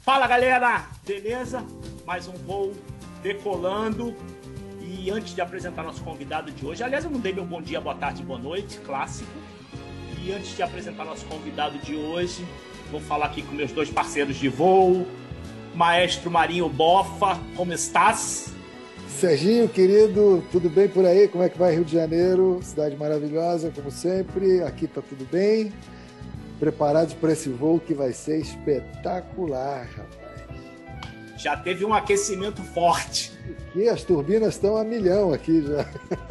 Fala galera, beleza? Mais um voo decolando. E antes de apresentar nosso convidado de hoje, aliás, eu não dei meu bom dia, boa tarde, boa noite, clássico. E antes de apresentar nosso convidado de hoje, vou falar aqui com meus dois parceiros de voo, Maestro Marinho Bofa, como estás? Serginho, querido, tudo bem por aí? Como é que vai Rio de Janeiro? Cidade maravilhosa, como sempre. Aqui tá tudo bem. Preparados para esse voo que vai ser espetacular, rapaz. Já teve um aquecimento forte. E as turbinas estão a milhão aqui já.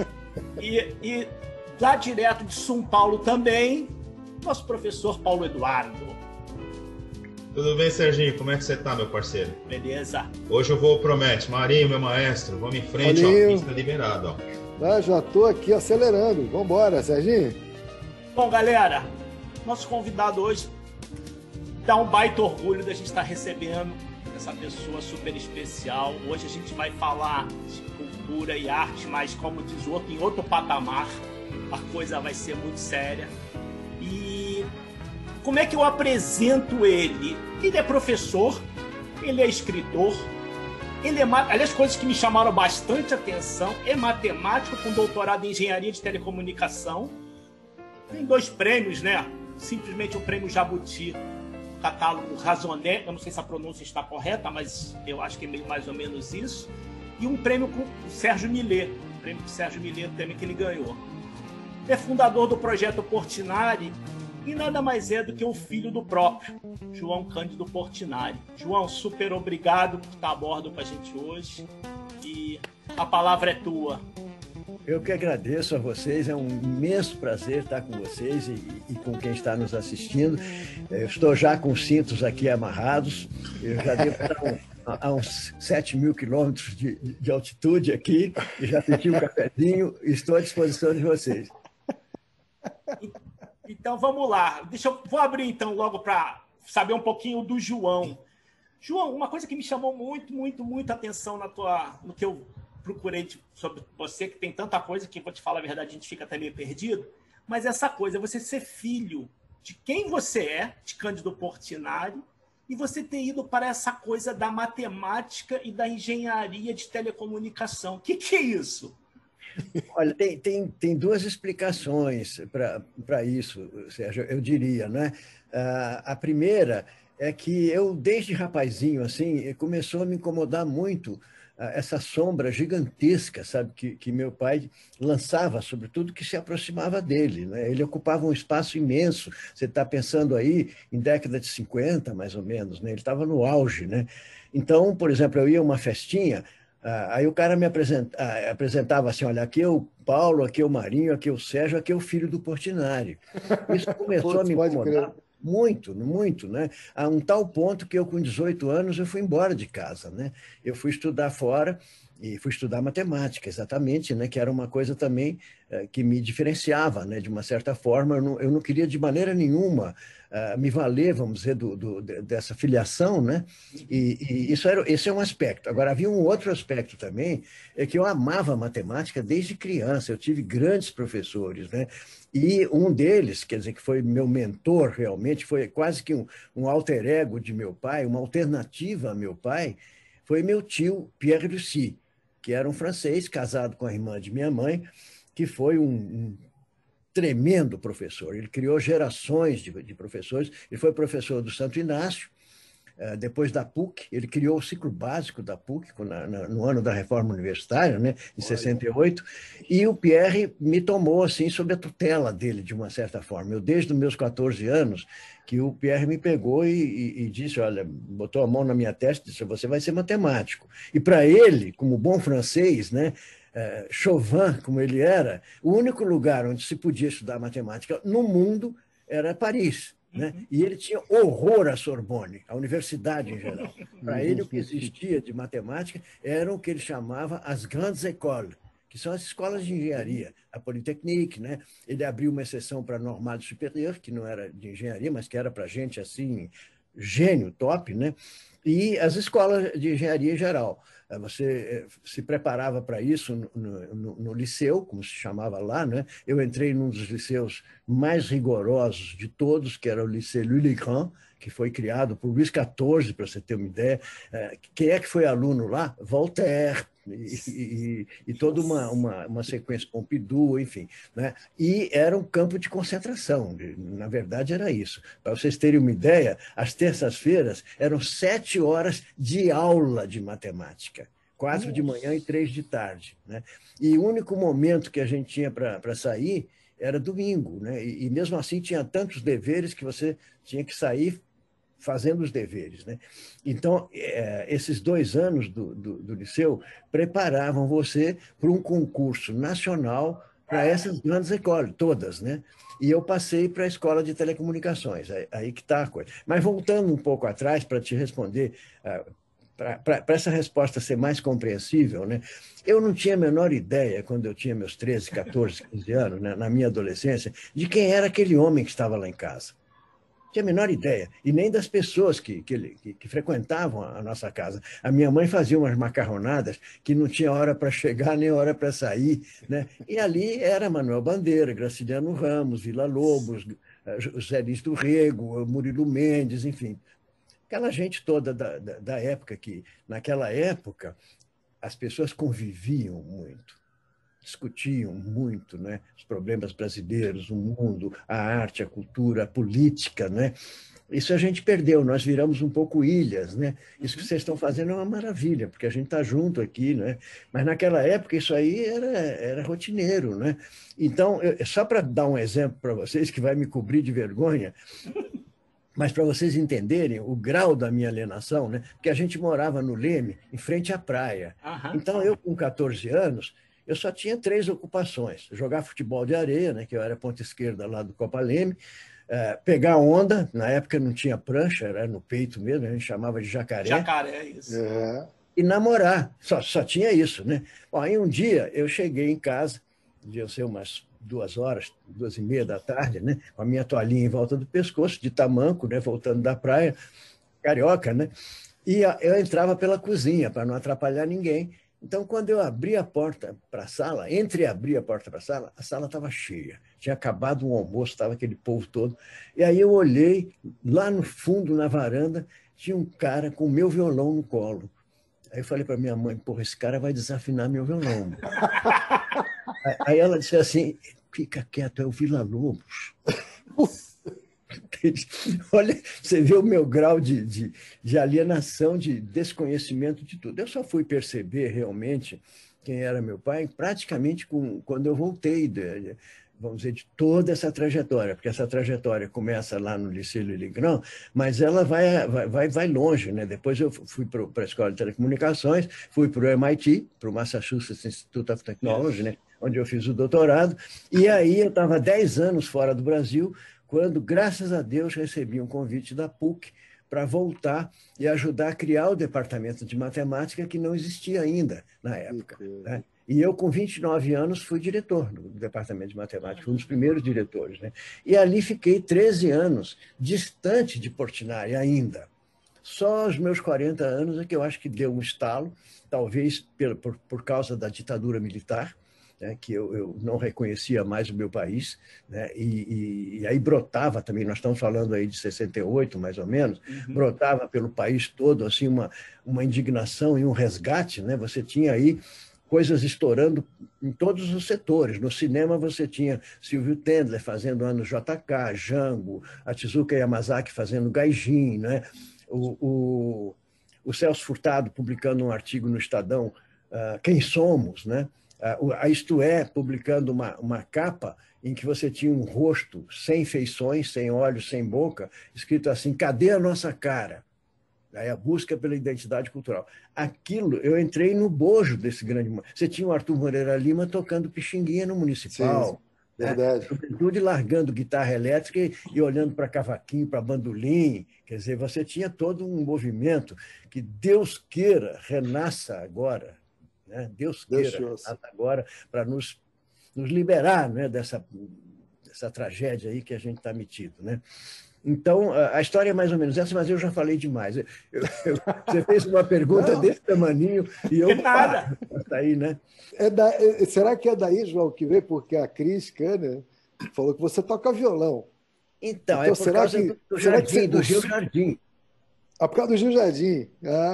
E lá direto de São Paulo também, nosso professor Paulo Eduardo. Tudo bem, Serginho? Como é que você tá, meu parceiro? Beleza. Hoje o voo promete. Marinho, meu maestro, vamos em frente, Marinho. ó, pista liberada, ó. Ah, já tô aqui acelerando. Vambora, Serginho. Bom, galera, nosso convidado hoje dá um baita orgulho da gente estar recebendo essa pessoa super especial. Hoje a gente vai falar de cultura e arte, mas como diz o outro, em outro patamar. A coisa vai ser muito séria. E como é que eu apresento ele? Ele é professor, ele é escritor, ele é, aliás, coisas que me chamaram bastante atenção, é matemático com doutorado em engenharia de telecomunicação. Tem 2 prêmios, né? Simplesmente o prêmio Jabuti, o catálogo Razoné, eu não sei se a pronúncia está correta, mas eu acho que é meio mais ou menos isso. E um prêmio com o Sérgio Millet, o prêmio do Sérgio Millet também que ele ganhou. É fundador do projeto Portinari e nada mais é do que o filho do próprio, João Cândido Portinari. João, super obrigado por estar a bordo com a gente hoje e a palavra é tua. Eu que agradeço a vocês, é um imenso prazer estar com vocês e com quem está nos assistindo. Eu estou já com os cintos aqui amarrados, eu já devo estar a uns 7.000 quilômetros de altitude aqui, e já pedi um cafezinho e estou à disposição de vocês. Então vamos lá, vou abrir então logo para saber um pouquinho do João. João, uma coisa que me chamou muito a atenção no que eu procurei sobre você, que tem tanta coisa que, vou te falar a verdade, a gente fica até meio perdido, mas essa coisa, você ser filho de quem você é, de Cândido Portinari, e você ter ido para essa coisa da matemática e da engenharia de telecomunicação. O que é isso? Olha, tem 2 explicações para isso, Sérgio, eu diria, né? A primeira é que eu, desde rapazinho, assim, começou a me incomodar muito essa sombra gigantesca, sabe, que meu pai lançava sobre tudo que se aproximava dele, né? Ele ocupava um espaço imenso. Você está pensando aí em década de 50, mais ou menos, né? Ele estava no auge, né? Então, por exemplo, eu ia a uma festinha, aí o cara me apresentava assim, olha, aqui é o Paulo, aqui é o Marinho, aqui é o Sérgio, aqui é o filho do Portinari. Isso começou a me incomodar muito, né? A um tal ponto que eu, com 18 anos, eu fui embora de casa, né? Eu fui estudar fora e fui estudar matemática, exatamente, né? Que era uma coisa também que me diferenciava, né? De uma certa forma, eu não queria de maneira nenhuma me valer, vamos dizer, dessa filiação, né? E esse é um aspecto. Agora, havia um outro aspecto também, é que eu amava matemática desde criança, eu tive grandes professores, né? E um deles, quer dizer, que foi meu mentor realmente, foi quase que um alter ego de meu pai, uma alternativa a meu pai, foi meu tio Pierre Lucie, que era um francês casado com a irmã de minha mãe, que foi um tremendo professor. Ele criou gerações de professores. Ele foi professor do Santo Inácio, depois da PUC, ele criou o ciclo básico da PUC no ano da reforma universitária, né, em 68, e o Pierre me tomou assim sob a tutela dele, de uma certa forma. Eu, desde os meus 14 anos, que o Pierre me pegou e disse, olha, botou a mão na minha testa e disse, você vai ser matemático. E para ele, como bom francês, né, Chauvin, como ele era, o único lugar onde se podia estudar matemática no mundo era Paris. Né? E ele tinha horror à Sorbonne, à universidade em geral. Para ele, o que existia de matemática eram o que ele chamava as grandes écoles, que são as escolas de engenharia, a Polytechnique, né? Ele abriu uma exceção para Normale Supérieur, que não era de engenharia, mas que era para gente assim, gênio, top, né? E as escolas de engenharia em geral. Você se preparava para isso no liceu, como se chamava lá, né? Eu entrei num dos liceus mais rigorosos de todos, que era o Lycée Louis-le-Grand, que foi criado por Luís XIV, para você ter uma ideia. Quem é que foi aluno lá? Voltaire, e toda uma sequência Pompidou, enfim. Né? E era um campo de concentração, na verdade era isso. Para vocês terem uma ideia, às terças-feiras eram 7 horas de aula de matemática, 4 de manhã e 3 de tarde. Né? E o único momento que a gente tinha para sair era domingo, né? E mesmo assim tinha tantos deveres que você tinha que sair fazendo os deveres. Né? Então, esses 2 anos do liceu preparavam você para um concurso nacional para essas grandes escolas, todas. Né? E eu passei para a escola de telecomunicações, aí que está a coisa. Mas voltando um pouco atrás para te responder, para essa resposta ser mais compreensível, né? Eu não tinha a menor ideia, quando eu tinha meus 13, 14, 15 anos, né, na minha adolescência, de quem era aquele homem que estava lá em casa. Tinha a menor ideia, e nem das pessoas que frequentavam a nossa casa. A minha mãe fazia umas macarronadas que não tinha hora para chegar nem hora para sair, né? E ali era Manuel Bandeira, Graciliano Ramos, Villa-Lobos, José Lins do Rego, Murilo Mendes, enfim. Aquela gente toda da época que, naquela época, as pessoas conviviam muito, discutiam muito, né? Os problemas brasileiros, o mundo, a arte, a cultura, a política. Né? Isso a gente perdeu, nós viramos um pouco ilhas. Né? Isso que vocês estão fazendo é uma maravilha, porque a gente está junto aqui. Né? Mas naquela época isso aí era rotineiro. Né? Então, só para dar um exemplo para vocês, que vai me cobrir de vergonha, mas para vocês entenderem o grau da minha alienação, né? Porque a gente morava no Leme, em frente à praia. Então, eu, com 14 anos, eu só tinha 3 ocupações. Jogar futebol de areia, né? Que eu era ponta esquerda lá do Copa Leme, pegar onda, na época não tinha prancha, era no peito mesmo, a gente chamava de jacaré. Jacaré, isso. E namorar, só tinha isso. Né? Bom, aí um dia eu cheguei em casa, devia ser umas 2 horas, 2h30 da tarde, né? Com a minha toalhinha em volta do pescoço, de tamanco, né? Voltando da praia, carioca, né? E eu entrava pela cozinha, para não atrapalhar ninguém. Então, quando eu abri a porta para a sala, entre abrir a porta para a sala estava cheia. Tinha acabado um almoço, estava aquele povo todo. E aí eu olhei, lá no fundo, na varanda, tinha um cara com o meu violão no colo. Aí eu falei para minha mãe, porra, esse cara vai desafinar meu violão. Aí ela disse assim, fica quieto, é o Villa-Lobos. Olha, você vê o meu grau de alienação, de desconhecimento de tudo. Eu só fui perceber realmente quem era meu pai praticamente quando eu voltei, vamos dizer, de toda essa trajetória, porque essa trajetória começa lá no Lycée Louis-le-Grand, mas ela vai longe. Né? Depois eu fui para a Escola de Telecomunicações, fui para o MIT, para o Massachusetts Institute of Technology, né? Onde eu fiz o doutorado, e aí eu estava 10 anos fora do Brasil, quando, graças a Deus, recebi um convite da PUC para voltar e ajudar a criar o departamento de matemática que não existia ainda na época. Né? E eu, com 29 anos, fui diretor do departamento de matemática, um dos primeiros diretores. Né? E ali fiquei 13 anos, distante de Portinari ainda. Só aos meus 40 anos é que eu acho que deu um estalo, talvez por causa da ditadura militar, né, que eu não reconhecia mais o meu país, né, e aí brotava também, nós estamos falando aí de 68, mais ou menos, brotava pelo país todo assim uma indignação e um resgate. Né, você tinha aí coisas estourando em todos os setores. No cinema você tinha Silvio Tendler fazendo Anos JK, Django, a Tezuka Yamazaki fazendo Gaijin, né, o Celso Furtado publicando um artigo no Estadão, Quem Somos, né? A Isto É, publicando uma capa em que você tinha um rosto sem feições, sem olhos, sem boca, escrito assim, cadê a nossa cara? Aí a busca pela identidade cultural. Aquilo, eu entrei no bojo desse grande... Você tinha o Arthur Moreira Lima tocando Pixinguinha no Municipal. Sim, verdade. Sobretudo largando guitarra elétrica e olhando para cavaquinho, para bandolim. Quer dizer, você tinha todo um movimento que Deus queira renasça agora, né? Deus queira agora para nos liberar, né, essa tragédia aí que a gente está metido, né? Então, a história é mais ou menos essa, mas eu já falei demais. Você fez uma pergunta desse tamaninho e eu... Nada. Tá aí, né? Será que é daí, João, que veio? Porque a Cris Kanner falou que você toca violão. Então é por causa do Jardim, do Gil Jardim. Ah, por causa do Gil Jardim.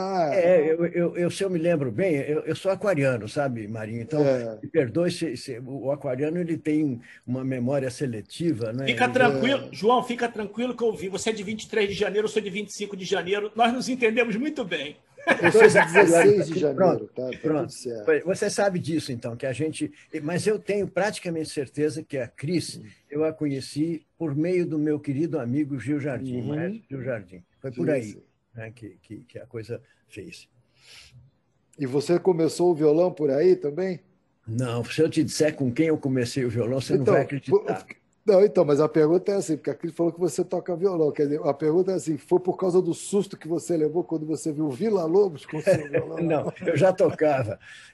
Se eu me lembro bem, eu sou aquariano, sabe, Marinho? Então, me perdoe se o aquariano ele tem uma memória seletiva, né? Fica tranquilo, João, fica tranquilo que eu ouvi. Você é de 23 de janeiro, eu sou de 25 de janeiro. Nós nos entendemos muito bem. Eu sou de 16 de janeiro, tá? Pronto. Tudo certo. Você sabe disso, então, que a gente... Mas eu tenho praticamente certeza que a Cris, eu a conheci por meio do meu querido amigo Gil Jardim, Maestro Gil Jardim. Foi por aí, né, que a coisa fez. E você começou o violão por aí também? Não, se eu te disser com quem eu comecei o violão, você não vai acreditar. Não, então, mas a pergunta é assim, porque a Cris falou que você toca violão. Quer dizer, a pergunta é assim, foi por causa do susto que você levou quando você viu Vila Lobos com o seu violão? Não, eu já tocava,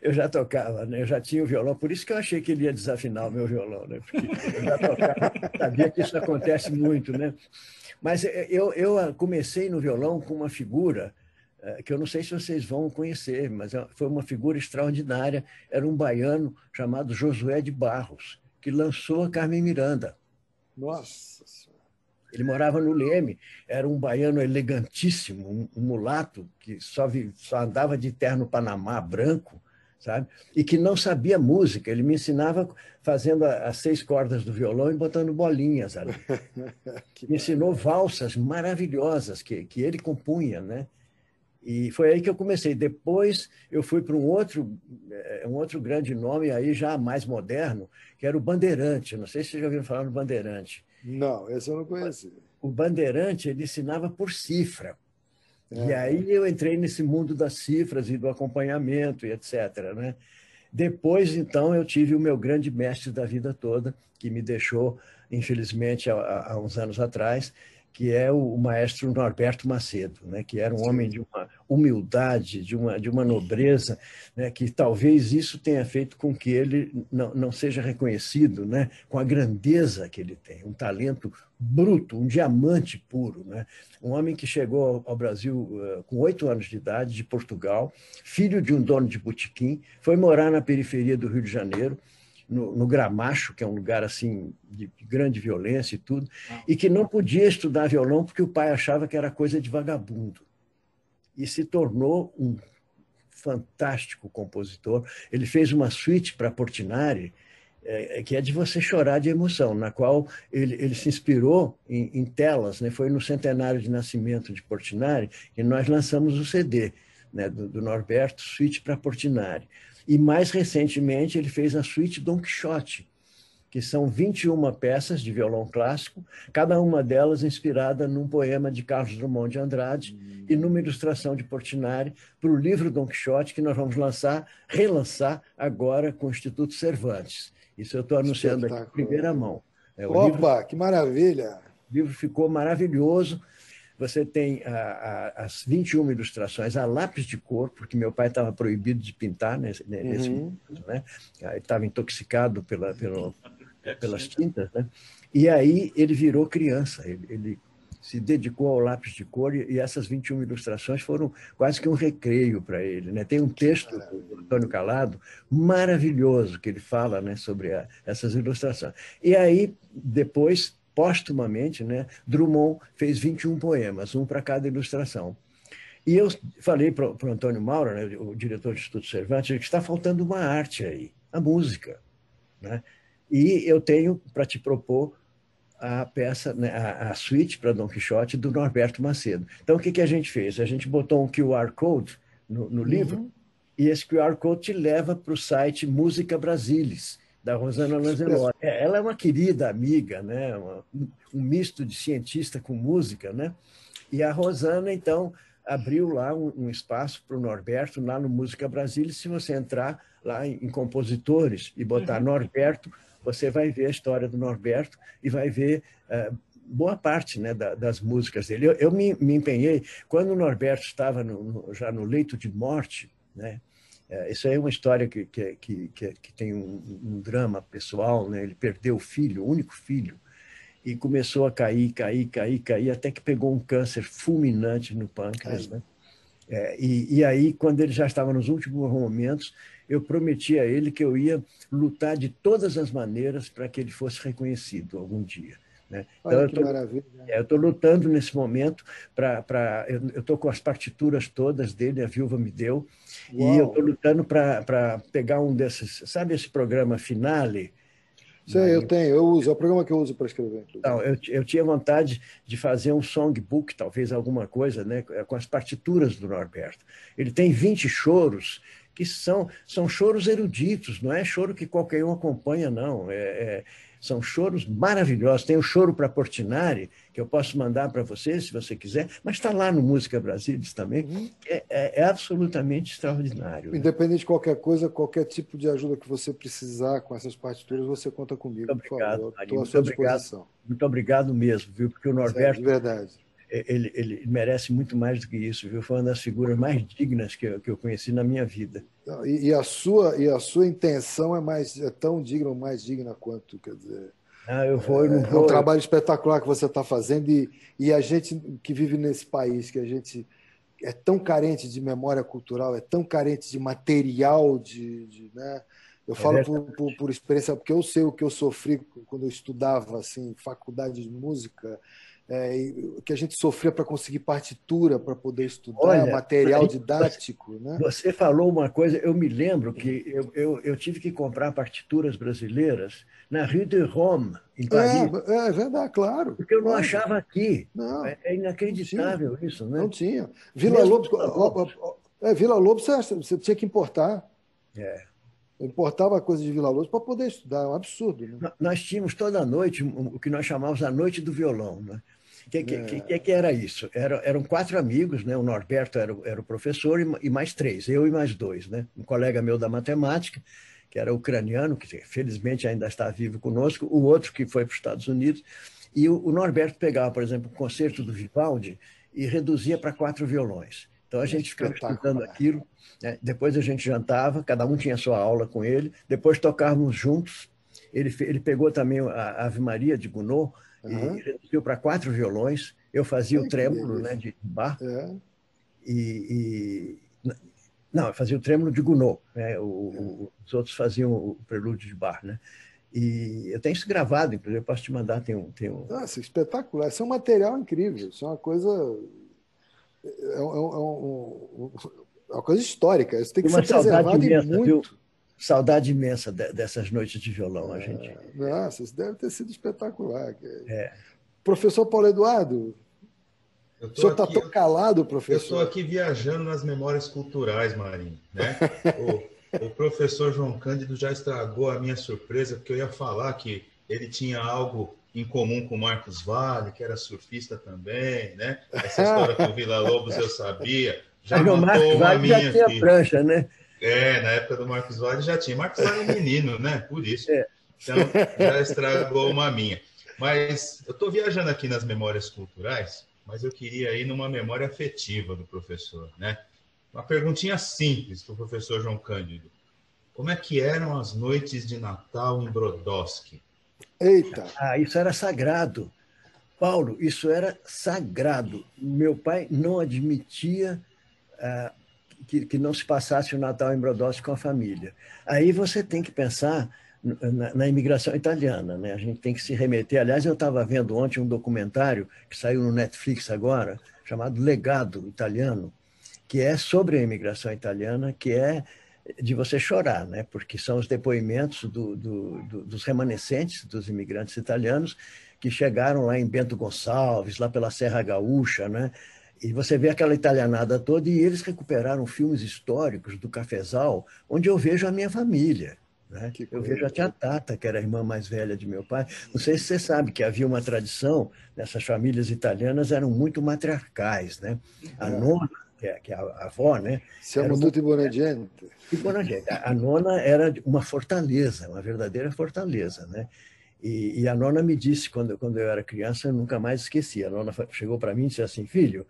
né? Eu já tinha o violão, por isso que eu achei que ele ia desafinar o meu violão, né? Porque eu já tocava, sabia que isso acontece muito, né? Mas eu comecei no violão com uma figura que eu não sei se vocês vão conhecer, mas foi uma figura extraordinária. Era um baiano chamado Josué de Barros, que lançou a Carmen Miranda. Nossa Senhora. Ele morava no Leme, era um baiano elegantíssimo, um mulato que só andava de terno Panamá branco, sabe? E que não sabia música. Ele me ensinava fazendo as 6 cordas do violão e botando bolinhas ali. Me ensinou valsas maravilhosas que ele compunha, né? E foi aí que eu comecei. Depois eu fui para um outro grande nome, aí já mais moderno, que era o Bandeirante. Não sei se vocês já ouviram falar no Bandeirante. Não, esse eu não conheci. O Bandeirante, ele ensinava por cifra. E aí eu entrei nesse mundo das cifras e do acompanhamento e etc., né? Depois, então, eu tive o meu grande mestre da vida toda, que me deixou, infelizmente, há uns anos atrás, que é o maestro Norberto Macedo, né? Que era um homem de uma humildade, de uma nobreza, né? Que talvez isso tenha feito com que ele não seja reconhecido, né? Com a grandeza que ele tem, um talento bruto, um diamante puro, né? Um homem que chegou ao Brasil com 8 anos de idade, de Portugal, filho de um dono de botequim, foi morar na periferia do Rio de Janeiro, no Gramacho, que é um lugar assim de grande violência e tudo, e que não podia estudar violão porque o pai achava que era coisa de vagabundo. E se tornou um fantástico compositor. Ele fez uma suíte para Portinari, que é de você chorar de emoção, na qual ele se inspirou em telas, né? Foi no centenário de nascimento de Portinari que nós lançamos o CD, né, do Norberto, Suíte para Portinari. E, mais recentemente, ele fez a suíte Dom Quixote, que são 21 peças de violão clássico, cada uma delas inspirada num poema de Carlos Drummond de Andrade e numa ilustração de Portinari para o livro Dom Quixote, que nós vamos relançar agora com o Instituto Cervantes. Isso eu estou anunciando aqui em primeira mão. Opa, que maravilha! O livro ficou maravilhoso. Você tem as 21 ilustrações a lápis de cor, porque meu pai estava proibido de pintar nesse momento, né? Ele estava intoxicado pelas tintas, né? E aí ele virou criança, ele se dedicou ao lápis de cor e essas 21 ilustrações foram quase que um recreio para ele, né? Tem um texto do Antônio Calado maravilhoso que ele fala, né, sobre essas ilustrações. E aí, depois, póstumamente, né, Drummond fez 21 poemas, um para cada ilustração. E eu falei para o Antônio Maura, né, o diretor do Instituto Cervantes, que está faltando uma arte aí, a música, né? E eu tenho para te propor a peça, né, a suíte para Dom Quixote do Norberto Macedo. Então, o que a gente fez? A gente botou um QR Code no livro e esse QR Code te leva para o site Música Brasilis, da Rosana Lanzelotti. Ela é uma querida amiga, né? Um misto de cientista com música, né? E a Rosana, então, abriu lá um espaço para o Norberto, lá no Música Brasília. Se você entrar lá em compositores e botar Norberto, você vai ver a história do Norberto e vai ver boa parte, né, das músicas dele. Eu me empenhei, quando o Norberto estava já no leito de morte, né? Isso aí é uma história que tem um drama pessoal, né? Ele perdeu o filho, o único filho, e começou a cair, até que pegou um câncer fulminante no pâncreas, né? E aí, quando ele já estava nos últimos momentos, eu prometi a ele que eu ia lutar de todas as maneiras para que ele fosse reconhecido algum dia, né? Então, Olha que maravilha. eu estou lutando nesse momento eu estou com as partituras todas dele, a viúva me deu, e eu Uau. estou lutando para pegar um desses, sabe esse programa Finale? Sei, eu uso, é o programa que eu uso para escrever, inclusive. Então, eu tinha vontade de fazer um songbook, talvez alguma coisa, né, com as partituras do Norberto. Ele tem 20 choros, que são choros eruditos, não é choro que qualquer um acompanha, não. São choros maravilhosos. Tem o choro para Portinari, que eu posso mandar para você, se você quiser, mas está lá no Música Brasilis também. Uhum. É absolutamente extraordinário, né? Independente de qualquer coisa, qualquer tipo de ajuda que você precisar com essas partituras, você conta comigo, Muito obrigado, por favor. Estou à sua disposição. Muito obrigado mesmo, viu? Porque o Norberto, sério, de verdade, ele merece muito mais do que isso, viu? Foi uma das figuras mais dignas que eu conheci na minha vida. e a sua intenção é tão digna ou mais digna quanto, quer dizer. Eu não vou. É um trabalho espetacular que você está fazendo e a gente que vive nesse país, que a gente é tão carente de memória cultural, é tão carente de material, né? Eu falo por experiência, porque eu sei o que eu sofri quando eu estudava assim, faculdade de música, que a gente sofria para conseguir partitura, para poder estudar, material didático. Né? Você falou uma coisa, eu me lembro que eu tive que comprar partituras brasileiras na Rue de Rome, em Paris. É verdade, claro. Porque eu não achava aqui. Não, é inacreditável isso, né? Não tinha. Vila Lobos, você tinha que importar. Eu importava coisa de Vila Lobos para poder estudar, é um absurdo. Né? Nós tínhamos toda noite o que nós chamávamos a Noite do Violão. Né? Que era isso? Eram 4 amigos, né? O Norberto era o professor e mais 3, eu e mais 2. Né? Um colega meu da matemática, que era ucraniano, que felizmente ainda está vivo conosco, o outro que foi para os Estados Unidos, e o Norberto pegava, por exemplo, o concerto do Vivaldi e reduzia para 4 violões. Então a gente ficava estudando aquilo, né? Depois a gente jantava, cada um tinha a sua aula com ele, depois tocávamos juntos. Ele pegou também a Ave Maria de Gounod e reduziu para 4 violões. Eu fazia o trêmulo, né, de Bach. Não, eu fazia o trêmulo de Gounod, né? Os outros faziam o prelúdio de Bach, né? E eu tenho isso gravado, inclusive eu posso te mandar. Nossa, espetacular. Isso é um material incrível. Isso é uma coisa... É uma coisa histórica. Isso tem que ser preservado imensa, muito. Viu? Saudade imensa dessas noites de violão, a gente. Nossa, isso deve ter sido espetacular. Professor Paulo Eduardo, o senhor está tão calado, professor. Eu estou aqui viajando nas memórias culturais, Marinho. Né? O professor João Cândido já estragou a minha surpresa, porque eu ia falar que ele tinha algo em comum com o Marcos Valle, que era surfista também, né? Essa história com o Vila Lobos eu sabia. Já matou Marcos Valle já tinha aqui. Prancha, né? Na época do Marcos Valle já tinha. Marcos Valle é um menino, né? Por isso. Então, já estragou uma minha. Mas eu estou viajando aqui nas memórias culturais, mas eu queria ir numa memória afetiva do professor, né? Uma perguntinha simples para o professor João Cândido. Como é que eram as noites de Natal em Brodowski? Eita! Isso era sagrado. Paulo, isso era sagrado. Meu pai não admitia que não se passasse o Natal em Brodowski com a família. Aí você tem que pensar na imigração italiana, né? A gente tem que se remeter. Aliás, eu estava vendo ontem um documentário que saiu no Netflix agora, chamado Legado Italiano, que é sobre a imigração italiana, que é de você chorar, né? Porque são os depoimentos dos remanescentes dos imigrantes italianos que chegaram lá em Bento Gonçalves, lá pela Serra Gaúcha, né? E você vê aquela italianada toda, e eles recuperaram filmes históricos do Cafezal, onde eu vejo a minha família. Né? Eu vejo a tia Tata, que era a irmã mais velha de meu pai. Não sei se você sabe que havia uma tradição, nessas famílias italianas eram muito matriarcais. Né? A nona, que é a avó, né? Siamo tutti buona gente. A nona era uma fortaleza, uma verdadeira fortaleza. Né? E a nona me disse, quando eu era criança, eu nunca mais esqueci. A nona chegou para mim e disse assim: filho,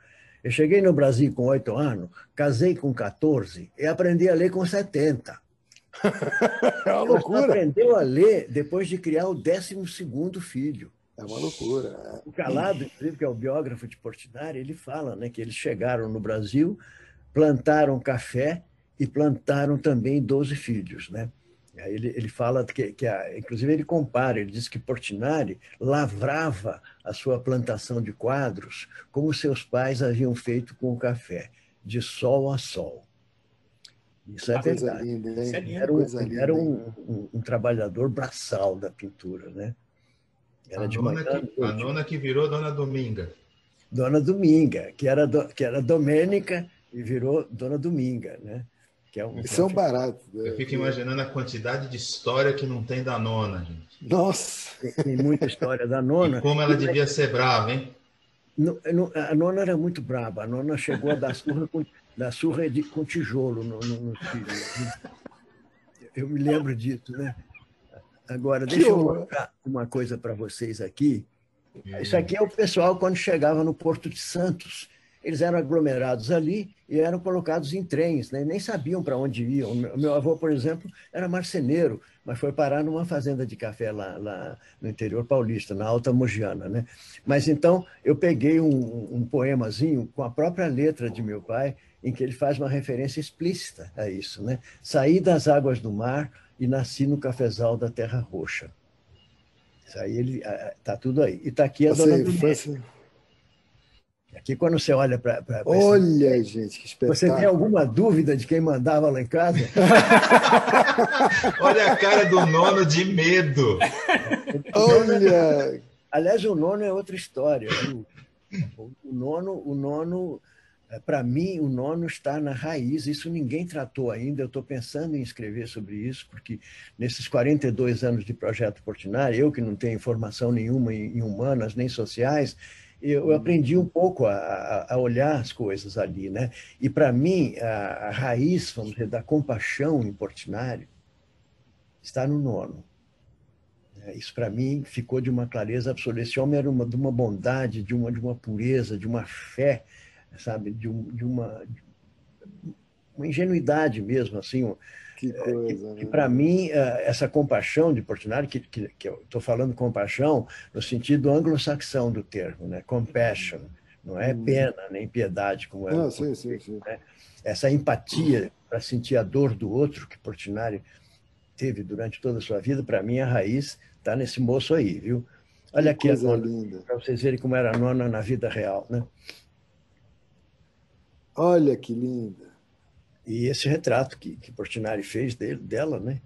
Eu cheguei no Brasil com 8 anos, casei com 14 e aprendi a ler com 70. É uma Ela só loucura. aprendeu a ler depois de criar o 12º filho. É uma loucura. O Calado, inclusive, que é o biógrafo de Portinari, ele fala, né, que eles chegaram no Brasil, plantaram café e plantaram também 12 filhos, né? Aí ele fala inclusive ele compara, ele diz que Portinari lavrava a sua plantação de quadros como seus pais haviam feito com o café, de sol a sol. Isso é Coisa verdade. linda, hein? Isso é lindo. Ele era um trabalhador braçal da pintura, né? Era de manhã, A nona que virou Dona Dominga. Dona Dominga, que era Domênica e virou Dona Dominga, né? Que é Isso é um barato. Eu fico imaginando a quantidade de história que não tem da nona, gente. Nossa! Tem muita história da nona. E como ela devia ser brava, hein? A nona era muito braba. A nona chegou a dar surra com tijolo nos filhos. Eu me lembro disso, né? Agora, deixa eu mostrar uma coisa para vocês aqui. Isso aqui é o pessoal quando chegava no Porto de Santos. Eles eram aglomerados ali e eram colocados em trens, né? Nem sabiam para onde iam. O meu avô, por exemplo, era marceneiro, mas foi parar numa fazenda de café lá no interior paulista, na Alta Mogiana, né? Mas então eu peguei um poemazinho com a própria letra de meu pai, em que ele faz uma referência explícita a isso, né? Saí das águas do mar e nasci no cafezal da Terra Roxa. Isso aí está tudo aí. E está aqui a Dona Dominga. Aqui, quando você olha para... Olha, gente, que espetáculo. Você tem alguma dúvida de quem mandava lá em casa? Olha a cara do nono de medo. Olha! Aliás, o nono é outra história, viu? O nono, para mim, o nono está na raiz. Isso ninguém tratou ainda. Eu estou pensando em escrever sobre isso, porque nesses 42 anos de Projeto Portinari, eu que não tenho formação nenhuma em humanas nem sociais, eu aprendi um pouco a olhar as coisas ali, né? E, para mim, a raiz, vamos dizer, da compaixão em Portinari está no nono. Isso, para mim, ficou de uma clareza absoluta. Esse homem era de uma bondade, de uma pureza, de uma fé, sabe? De uma ingenuidade mesmo, assim. Que coisa, que para mim, essa compaixão de Portinari, que eu estou falando compaixão no sentido anglo-saxão do termo, né? Compassion, não é pena, nem piedade, como é. Não, sim. Né? Essa empatia para sentir a dor do outro que Portinari teve durante toda a sua vida, para mim, a raiz está nesse moço aí, viu? Olha aqui a nona, para vocês verem como era a nona na vida real, né? Olha que linda. E esse retrato que Portinari fez dela, né?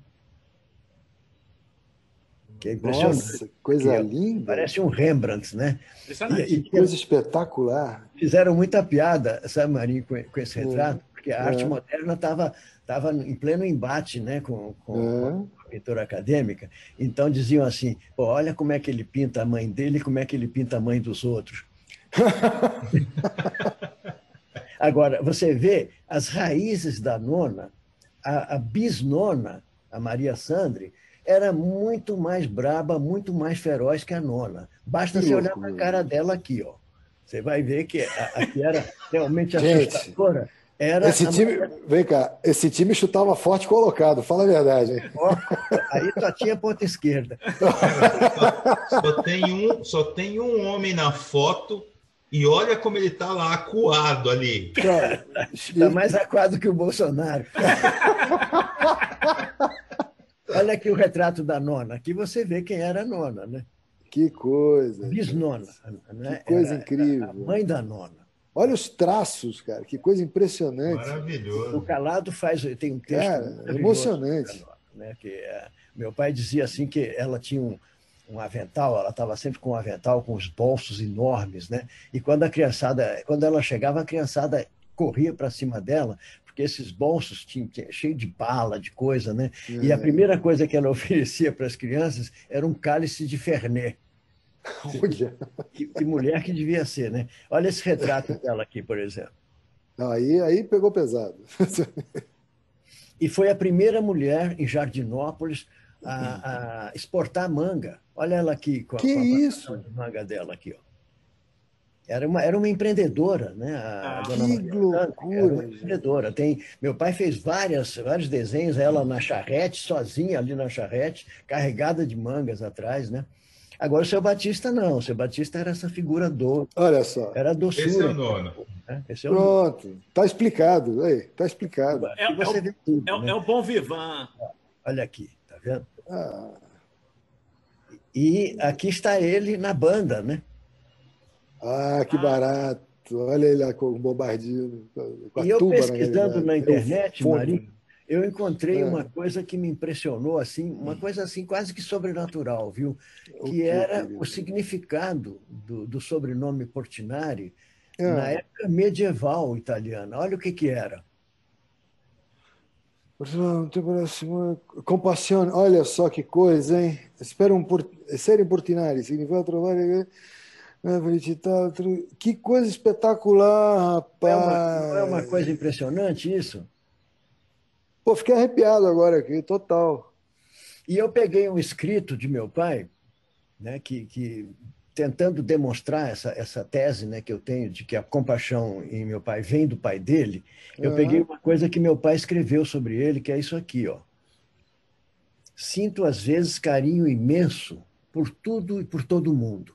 Que é impressionante. Nossa, coisa linda. Parece um Rembrandt, né? Que coisa espetacular. Fizeram muita piada, sabe, Marinho, com esse retrato, porque a arte moderna estava em pleno embate, né, com a pintura acadêmica. Então diziam assim: pô, olha como é que ele pinta a mãe dele e como é que ele pinta a mãe dos outros. Agora, você vê as raízes da nona, a bisnona, a Maria Sandri, era muito mais braba, muito mais feroz que a nona. Basta você olhar para a cara dela aqui, ó. Você vai ver que aqui era realmente assustadora. Vem cá, esse time chutava forte colocado, fala a verdade. Hein? Aí só tinha ponta esquerda. Só tem um homem na foto. E olha como ele está lá, acuado ali. Está mais acuado que o Bolsonaro. Olha aqui o retrato da nona. Aqui você vê quem era a nona, né? Que coisa. Bisnona. Né? Que coisa incrível. A mãe da nona. Olha os traços, cara. Que coisa impressionante. Maravilhoso. O Calado tem um texto emocionante. Nona, né? Que, meu pai dizia assim que ela tinha um avental, ela estava sempre com um avental com os bolsos enormes, né? E quando ela chegava, a criançada corria para cima dela, porque esses bolsos tinham cheio de bala, de coisa, né? E a primeira coisa que ela oferecia para as crianças era um cálice de Fernet. Olha. Que mulher que devia ser, né? Olha esse retrato dela aqui, por exemplo. Aí pegou pesado. E foi a primeira mulher em Jardinópolis a exportar manga. Olha ela aqui com a isso? de manga dela aqui, ó. Era uma empreendedora, né? A dona Que Maria Sandra era uma loucura, gente. empreendedora. Meu pai fez vários desenhos, ela na charrete, sozinha ali na charrete, carregada de mangas atrás, né? Agora o seu Batista não, o seu Batista era essa figura doce, Olha só. era a Esse é doçura. o nono. Né? Esse é o Pronto. Tá explicado. Aí, tá explicado. aqui você vê tudo, né? É o bom vivan. Olha aqui, tá vendo? Ah, E aqui está ele na banda, né? que barato. Olha ele lá com o bombardino, com a E eu tuba, na pesquisando realidade. na É o internet, fone. Maria, eu encontrei É. uma coisa que me impressionou, assim, uma coisa assim quase que sobrenatural, viu? O Que quê, era querido? o significado do sobrenome Portinari na Ah, época medieval italiana. Olha o que era. compassione, olha só que coisa, hein? Essere portinari, significa trovare felicità. Que coisa espetacular, Não é uma rapaz. coisa impressionante isso? Pô, fiquei arrepiado agora aqui, total. E eu peguei um escrito de meu pai, né, que tentando demonstrar essa tese, né, que eu tenho de que a compaixão em meu pai vem do pai dele, eu peguei Aham. uma coisa que meu pai escreveu sobre ele, que é isso aqui, ó. Sinto às vezes carinho imenso por tudo e por todo mundo.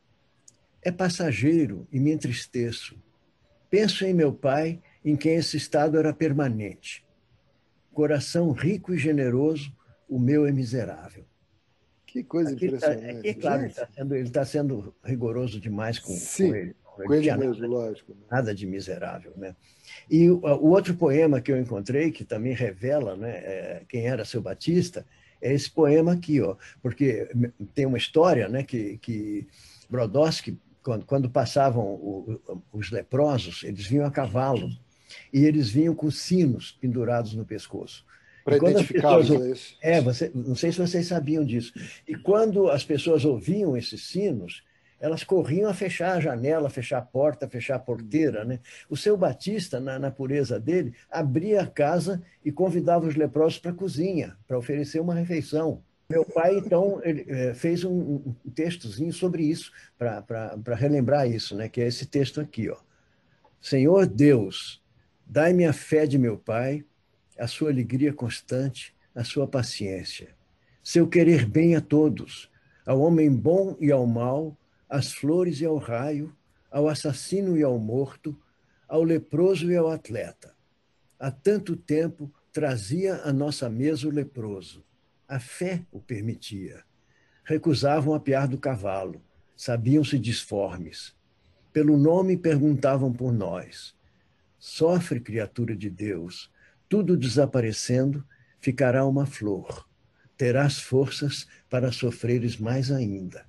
É passageiro e me entristeço. Penso em meu pai, em quem esse estado era permanente. Coração rico e generoso, o meu é miserável. Que coisa Aqui, impressionante. claro, Gente, ele está sendo rigoroso demais com sim, ele. Ele com não ele tinha mesmo, lógico. nada de miserável, né? E o outro poema que eu encontrei, que também revela, né, quem era seu Batista, é esse poema aqui, ó, porque tem uma história, né, que Brodowski, quando passavam os leprosos, eles vinham a cavalo e eles vinham com sinos pendurados no pescoço. Para E quando as pessoas identificá-los, é isso? não sei se vocês sabiam disso. E quando as pessoas ouviam esses sinos, elas corriam a fechar a janela, fechar a porta, fechar a porteira, né? O seu Batista, na pureza dele, abria a casa e convidava os leprosos para a cozinha, para oferecer uma refeição. Meu pai, então, ele, fez um textozinho sobre isso, para relembrar isso, né? Que é esse texto aqui, ó. Senhor Deus, dai-me a fé de meu pai, a sua alegria constante, a sua paciência. Seu querer bem a todos, ao homem bom e ao mal, às flores e ao raio, ao assassino e ao morto, ao leproso e ao atleta. Há tanto tempo trazia à nossa mesa o leproso. A fé o permitia. Recusavam apear do cavalo, sabiam-se disformes. Pelo nome perguntavam por nós. Sofre, criatura de Deus, tudo desaparecendo, ficará uma flor. Terás forças para sofreres mais ainda.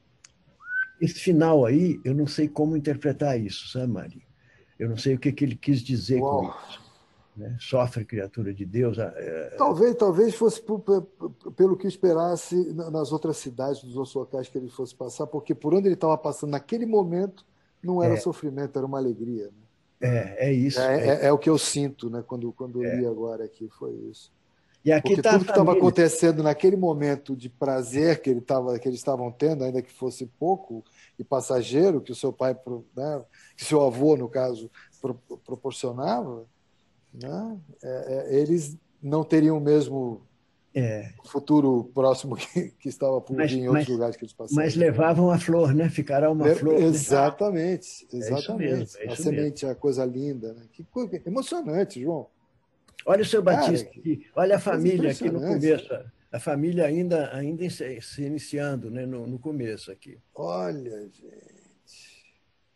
Esse final aí, eu não sei como interpretar isso, sabe, Maria? Eu não sei o que ele quis dizer com isso. Né? Sofre, criatura de Deus. Talvez fosse pelo que esperasse nas outras cidades, nos outros locais que ele fosse passar, porque por onde ele estava passando naquele momento não era sofrimento, era uma alegria. Né? É isso. É o que eu sinto, né? Quando eu li agora aqui, foi isso. E aqui porque tudo que estava acontecendo naquele momento de prazer que eles estavam tendo, ainda que fosse pouco e passageiro, que o seu pai, né, que seu avô, no caso, proporcionava, né, eles não teriam o mesmo futuro próximo que estava por vir em outros lugares que eles passaram. Mas levavam a flor, né? Ficará uma flor. Exatamente, né? exatamente. É isso a semente, a coisa linda. Né? Que coisa emocionante, João. Olha o seu Batista aqui, olha a família aqui no começo, a família ainda se iniciando, né, no começo aqui. Olha, gente.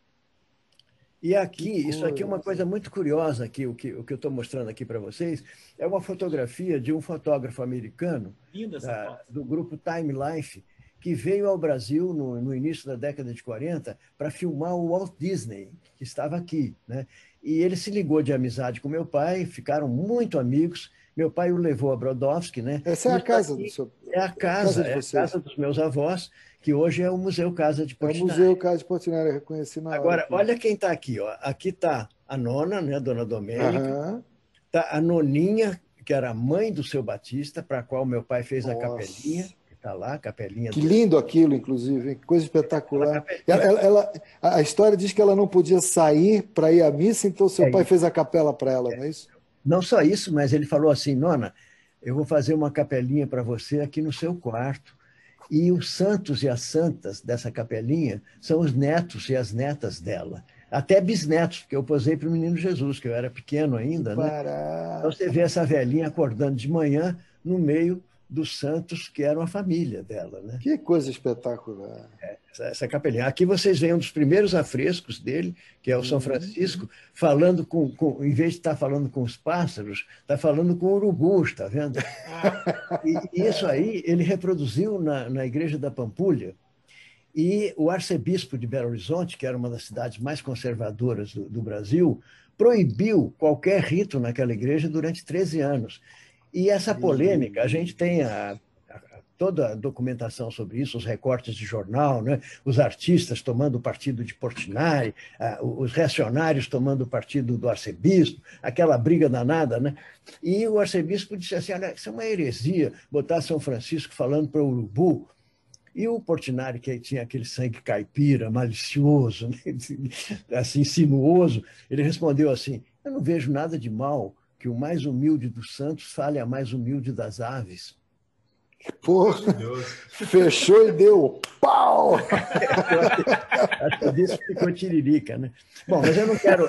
E aqui, isso aqui é uma coisa muito curiosa aqui, o que eu estou mostrando aqui para vocês, é uma fotografia de um fotógrafo americano, do grupo Time Life, que veio ao Brasil no início da década de 40 para filmar o Walt Disney, que estava aqui, né? E ele se ligou de amizade com meu pai, ficaram muito amigos. Meu pai o levou a Brodowski, né? Essa é a casa do seu... É a casa dos meus avós, que hoje é o Museu Casa de Portinari. É o Museu Casa de Portinari, eu reconheci na hora. Agora, olha quem está aqui, ó. Aqui está a nona, né, Dona Domênica. Está a noninha, que era a mãe do seu Batista, para a qual meu pai fez a capelinha. Está lá, a capelinha Que dele. lindo aquilo, inclusive, hein? Que coisa espetacular. Ela- A história diz que ela não podia sair para ir à missa, então seu pai isso. fez a capela para ela, não é isso? Não só isso, mas ele falou assim, Nona, eu vou fazer uma capelinha para você aqui no seu quarto. E os santos e as santas dessa capelinha são os netos e as netas dela. Até bisnetos, porque eu posei para o menino Jesus, que eu era pequeno ainda, né? Então você vê essa velhinha acordando de manhã no meio dos santos que eram a família dela, né? Que coisa espetacular. Essa capelinha. Aqui vocês veem um dos primeiros afrescos dele, que é o São Francisco, falando em vez de estar falando com os pássaros, está falando com urubus, está vendo? E isso aí ele reproduziu na igreja da Pampulha. E o arcebispo de Belo Horizonte, que era uma das cidades mais conservadoras do Brasil, proibiu qualquer rito naquela igreja durante 13 anos. E essa polêmica, a gente tem toda a documentação sobre isso, os recortes de jornal, né? Os artistas tomando o partido de Portinari, os reacionários tomando o partido do arcebispo, aquela briga danada, né? E o arcebispo disse assim, olha, isso é uma heresia, botar São Francisco falando para o urubu. E o Portinari, que tinha aquele sangue caipira, malicioso, né? Assim, sinuoso, ele respondeu assim, eu não vejo nada de mal que o mais humilde dos santos fale a mais humilde das aves. Pô, fechou e deu pau! Acho que disso ficou tiririca, né? Bom, mas eu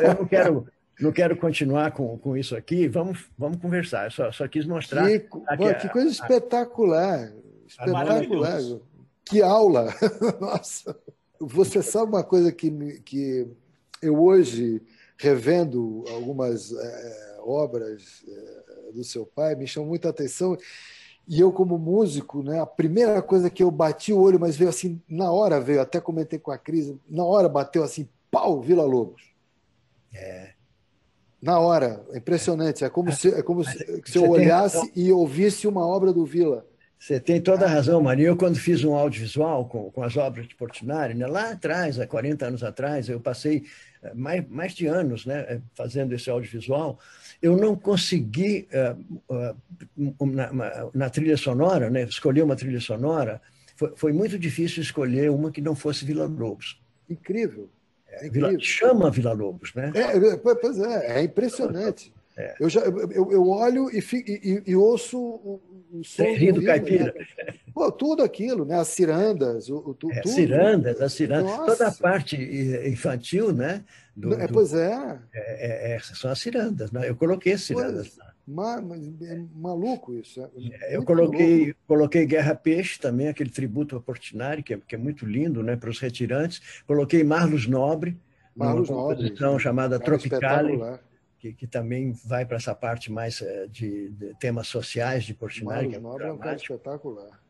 não quero continuar com isso aqui. Vamos conversar. Eu só quis mostrar. Que coisa espetacular! Espetacular! Que aula! Nossa! Você sabe uma coisa que eu hoje, revendo algumas obras do seu pai, me chamou muita atenção. E eu, como músico, né, a primeira coisa que eu bati o olho, mas veio assim, na hora veio, até comentei com a Cris, na hora bateu assim, pau, Vila Lobos. Na hora, é impressionante. É como se eu olhasse e ouvisse uma obra do Vila. Você tem toda a razão, Maria. Eu, quando fiz um audiovisual com as obras de Portinari, né, lá atrás, há 40 anos atrás, eu passei mais de anos, né, fazendo esse audiovisual. Eu não consegui, na trilha sonora, né, escolher uma trilha sonora, foi muito difícil escolher uma que não fosse Vila Lobos. Incrível. Chama Vila Lobos, né? Pois é impressionante. Eu olho e ouço o som do caipira. Né? Pô, tudo aquilo, né? As cirandas, tudo. Cirandas, toda a parte infantil, né? Pois é. São as cirandas, né? Eu coloquei as cirandas lá. É maluco isso. Eu coloquei Guerra Peixe também, aquele tributo a Portinari, que é muito lindo, né, para os retirantes. Coloquei Marlos Nobre, uma composição chamada Tropicale, que também vai para essa parte mais de temas sociais de Portinari. Marlos Nobre é um cara espetacular.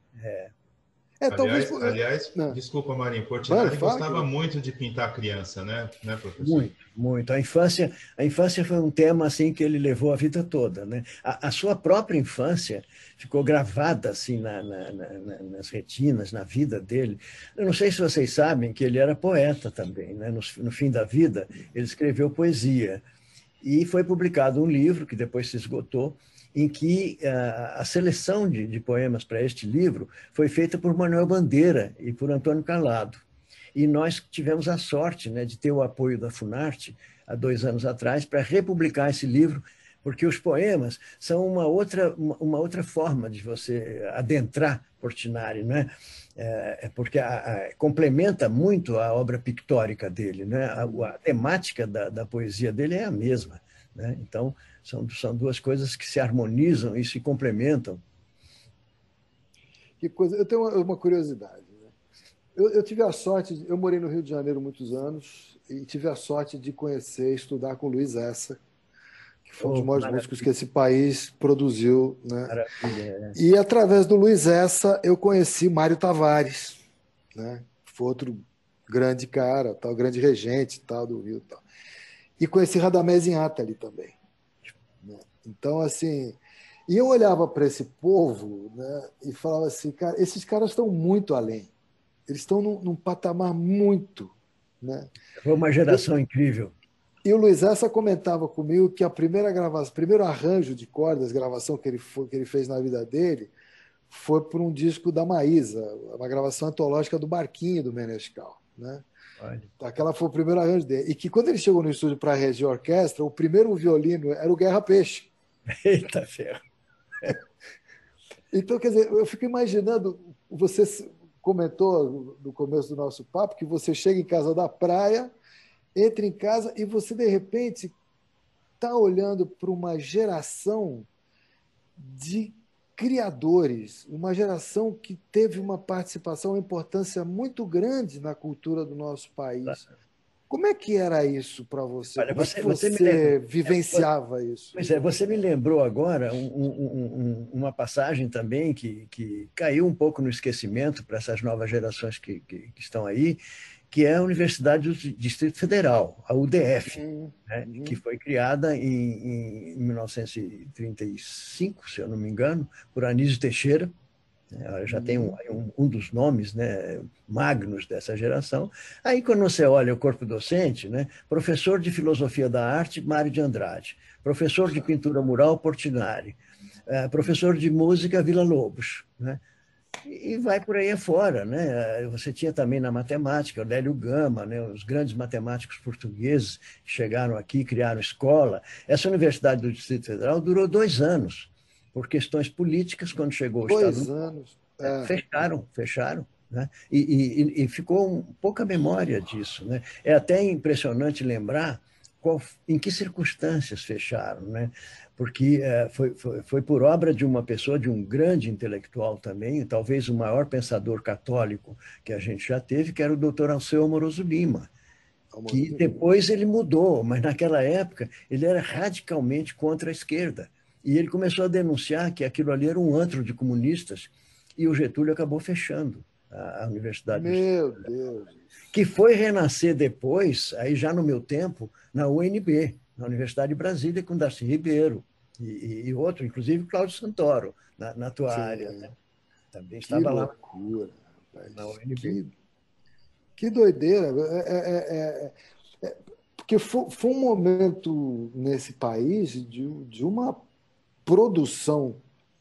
Aliás, desculpa, Marinho, Portinari gostava muito de pintar criança, né, professor? Muito, muito. A infância foi um tema assim que ele levou a vida toda, né? A sua própria infância ficou gravada assim nas retinas, na vida dele. Eu não sei se vocês sabem que ele era poeta também, né? No fim da vida, ele escreveu poesia. E foi publicado um livro, que depois se esgotou, em que a seleção de poemas para este livro foi feita por Manuel Bandeira e por Antônio Calado. E nós tivemos a sorte, né, de ter o apoio da Funarte, há 2 anos atrás, para republicar esse livro, porque os poemas são uma outra forma de você adentrar Portinari, né? Porque complementa muito a obra pictórica dele, né? A temática da poesia dele é a mesma, né? Então, são duas coisas que se harmonizam e se complementam. Que coisa! Eu tenho uma curiosidade. Né? Eu tive a sorte, eu morei no Rio de Janeiro muitos anos e tive a sorte de conhecer, estudar com o Luiz Essa, que foi um dos maiores músicos que esse país produziu. Né? Maravilha. E através do Luiz Essa eu conheci Mário Tavares, né? Foi outro grande cara, tal, grande regente tal, do Rio. Tal. E conheci Radamés Inátali também. Né? Então, assim, e eu olhava para esse povo, né, e falava assim, cara, esses caras estão muito além. Eles estão num patamar muito. Né? Foi uma geração incrível. E o Luiz Essa comentava comigo que a primeira gravação, o primeiro arranjo de cordas, gravação que ele fez na vida dele, foi por um disco da Maísa, uma gravação antológica do Barquinho, do Menescal, né? Olha. Aquela foi o primeiro arranjo dele. E que quando ele chegou no estúdio para reger a orquestra, o primeiro violino era o Guerra Peixe. Eita ferro! Então, quer dizer, eu fico imaginando, você comentou no começo do nosso papo que você chega em casa da praia, entra em casa e você, de repente, está olhando para uma geração de criadores, uma geração que teve uma participação, uma importância muito grande na cultura do nosso país. Como é que era isso para você? Olha, Como é que você vivenciava isso? Pois é, você me lembrou agora uma passagem também que caiu um pouco no esquecimento para essas novas gerações que estão aí, que é a Universidade do Distrito Federal, a UDF, né, que foi criada em 1935, se eu não me engano, por Anísio Teixeira. Ela já tem um dos nomes, né, magnos dessa geração. Aí, quando você olha o corpo docente, né, professor de Filosofia da Arte, Mário de Andrade, professor de Pintura Mural, Portinari, professor de Música, Villa-Lobos, né? E vai por aí afora, né? Você tinha também na matemática, o Lélio Gama, né? Os grandes matemáticos portugueses que chegaram aqui, criaram escola. Essa Universidade do Distrito Federal durou 2 anos, por questões políticas, quando chegou o Estado... 2 anos. Fecharam, né? E ficou pouca memória disso, né? É até impressionante lembrar em que circunstâncias fecharam, né? Porque foi por obra de uma pessoa, de um grande intelectual também, talvez o maior pensador católico que a gente já teve, que era o doutor Alceu Amoroso Lima, que depois ele mudou, mas naquela época ele era radicalmente contra a esquerda. E ele começou a denunciar que aquilo ali era um antro de comunistas, e o Getúlio acabou fechando a Universidade. Meu Deus! Que foi renascer depois, aí já no meu tempo, na UNB, na Universidade de Brasília, com Darcy Ribeiro e outro, inclusive Cláudio Santoro, na tua área. Né? Também estava lá. Que loucura! Na UNB. Que doideira! Porque foi um momento nesse país de uma produção.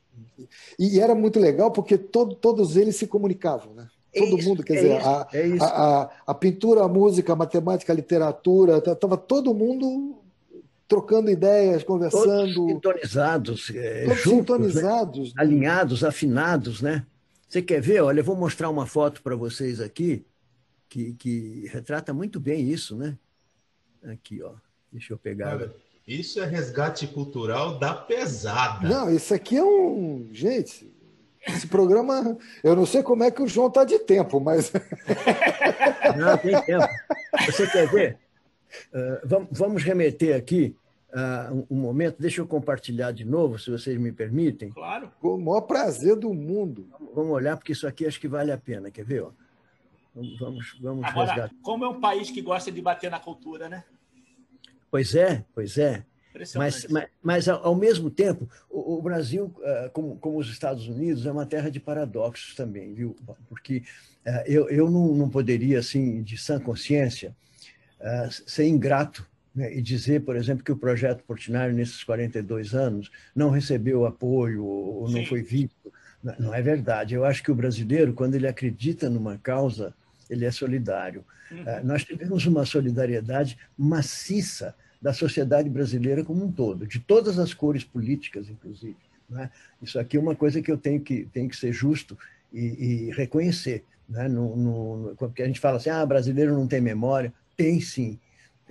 E era muito legal porque todos eles se comunicavam, né? Todo mundo, quer dizer, a pintura, a música, a matemática, a literatura, estava todo mundo trocando ideias, conversando. Todos sintonizados, todos juntos, sintonizados. Né? Alinhados, afinados, né? Você quer ver? Olha, eu vou mostrar uma foto para vocês aqui que retrata muito bem isso, né? Aqui, ó. Deixa eu pegar. Olha, isso é resgate cultural da pesada. Não, isso aqui é Gente, esse programa... Eu não sei como é que o João está de tempo, mas... Não, tem tempo. Você quer ver? Vamos remeter aqui um momento. Deixa eu compartilhar de novo, se vocês me permitem. Claro. Com o maior prazer do mundo. Vamos olhar, porque isso aqui acho que vale a pena. Quer ver? Ó? Vamos Agora, resgatar. como é um país que gosta de bater na cultura, né? Pois é. Mas ao mesmo tempo, o Brasil, como os Estados Unidos, é uma terra de paradoxos também, viu? Porque eu não poderia, assim, de sã consciência, ser ingrato, né, e dizer, por exemplo, que o projeto Portinari, nesses 42 anos, não recebeu apoio ou não foi visto. Não é verdade. Eu acho que o brasileiro, quando ele acredita numa causa, ele é solidário. Nós tivemos uma solidariedade maciça da sociedade brasileira como um todo, de todas as cores políticas, inclusive. Né? Isso aqui é uma coisa que eu tenho que ser justo e reconhecer. Né? Porque a gente fala assim, brasileiro não tem memória. Tem sim,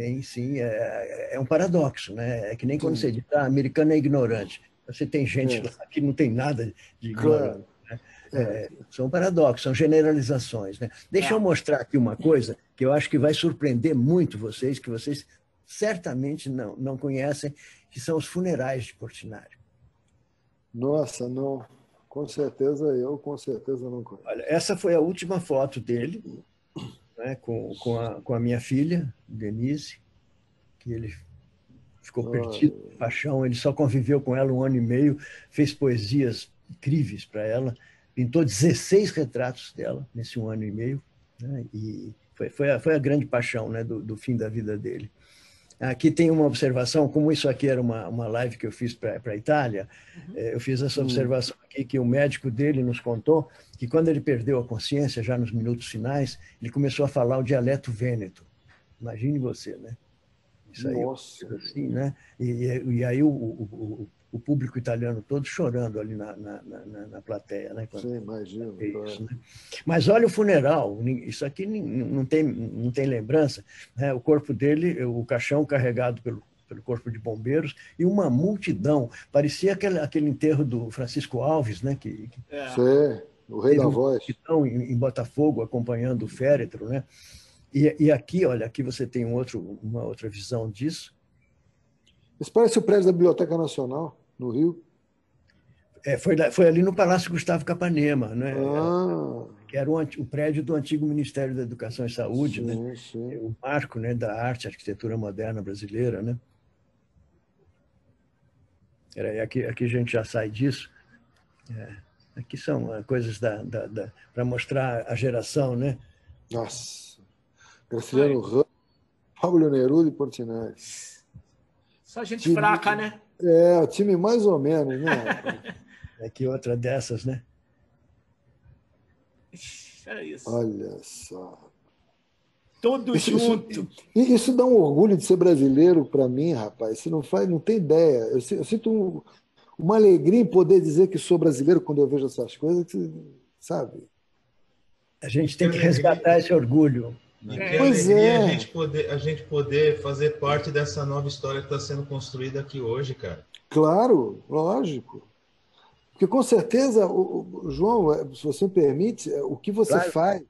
é um paradoxo. Né? É que nem quando você diz, americano é ignorante. Você tem gente lá que não tem nada de ignorante. Claro. Né? São paradoxos, são generalizações. Né? Deixa eu mostrar aqui uma coisa que eu acho que vai surpreender muito vocês, que vocês certamente não conhecem, que são os funerais de Portinari. Nossa, não. Com certeza não conheço. Olha, essa foi a última foto dele, né, com a minha filha, Denise, que ele ficou perdido de paixão. Ele só conviveu com ela 1 ano e meio, fez poesias incríveis para ela, pintou 16 retratos dela nesse 1 ano e meio, né, e foi a grande paixão, né, do fim da vida dele. Aqui tem uma observação, como isso aqui era uma live que eu fiz para a Itália, eu fiz essa observação aqui, que o médico dele nos contou que quando ele perdeu a consciência, já nos minutos finais, ele começou a falar o dialeto vêneto. Imagine você, né? Isso aí, Nossa. assim, né? E aí o público italiano todo chorando ali na plateia, né? Sim, imagino. Isso, né? Mas olha o funeral, isso aqui não tem lembrança, né? O corpo dele, o caixão carregado pelo corpo de bombeiros e uma multidão, parecia aquele enterro do Francisco Alves, né? Sim, o Rei da Voz. Em Botafogo, acompanhando o féretro, né? E aqui, olha, aqui você tem uma outra visão disso. Isso parece o prédio da Biblioteca Nacional, no Rio. Foi ali no Palácio Gustavo Capanema, né? Que era o prédio do antigo Ministério da Educação e Saúde, sim, né? Sim. O marco, né, da arte e arquitetura moderna brasileira, né? Aqui a gente já sai disso. Aqui são coisas para mostrar a geração, né? Nossa! Graciliano Ramos, Pablo Neruda e Portinari. Só gente fraca, né? O time mais ou menos, né? Aqui outra dessas, né? É isso. Olha só. Tudo junto. Isso dá um orgulho de ser brasileiro para mim, rapaz. Você não tem ideia. Eu sinto uma alegria em poder dizer que sou brasileiro quando eu vejo essas coisas, sabe? A gente tem que resgatar esse orgulho. Pois é. A gente poder fazer parte dessa nova história que está sendo construída aqui hoje, cara. Claro, lógico. Porque, com certeza, João, se você me permite, o que você faz,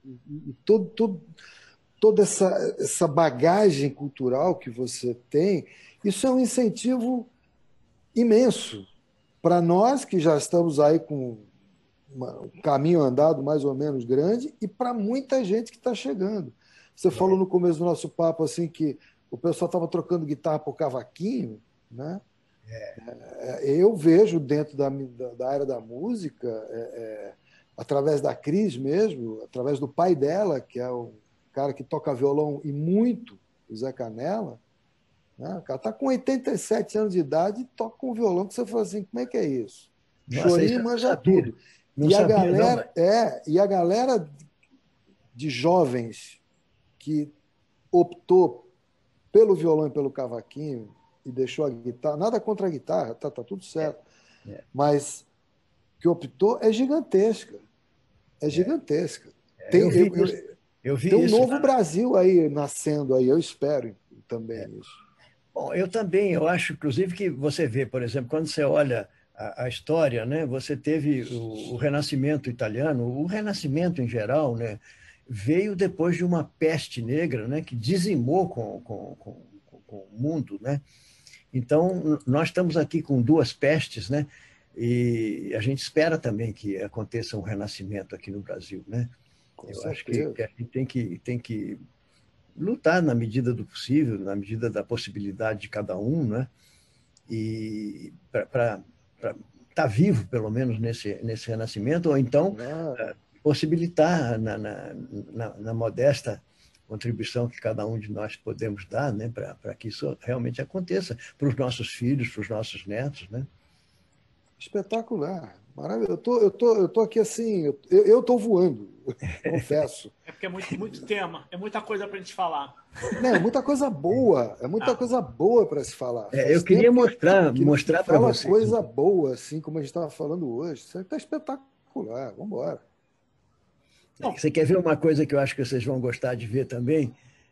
toda essa bagagem cultural que você tem, isso é um incentivo imenso para nós que já estamos aí com um caminho andado mais ou menos grande e para muita gente que está chegando. Você falou no começo do nosso papo assim que o pessoal estava trocando guitarra por cavaquinho, né? Eu vejo dentro da área da música, através da Cris mesmo, através do pai dela, que é um cara que toca violão e muito, o Zé Canela, né? O cara está com 87 anos de idade e toca com violão, que você fala assim, como é que é isso? Nossa, Chorinho manja tudo. E a galera de jovens que optou pelo violão e pelo cavaquinho e deixou a guitarra, nada contra a guitarra, tá tudo certo, mas que optou é gigantesca. É gigantesca. Eu vi tem um isso, novo Brasil aí nascendo aí, eu espero também isso. Bom, eu também, eu acho, inclusive, que você vê, por exemplo, quando você olha a história, né, você teve o Renascimento italiano, o Renascimento em geral, né, veio depois de uma peste negra, né, que dizimou com o mundo, né? Então, nós estamos aqui com duas pestes, né? E a gente espera também que aconteça um renascimento aqui no Brasil, né? Eu acho que a gente tem que lutar na medida do possível, na medida da possibilidade de cada um, né? E para estar vivo, pelo menos, nesse renascimento, ou então possibilitar na modesta contribuição que cada um de nós podemos dar, né, para que isso realmente aconteça para os nossos filhos, para os nossos netos, né? Espetacular, maravilhoso. Eu tô aqui assim, eu tô voando, confesso. É porque é muito tema, é muita coisa para a gente falar. Não, é muita coisa boa, coisa boa para se falar. Eu queria mostrar para vocês. Fala coisa boa, assim como a gente estava falando hoje. Isso está espetacular, vamos embora. Você quer ver uma coisa que eu acho que vocês vão gostar de ver também?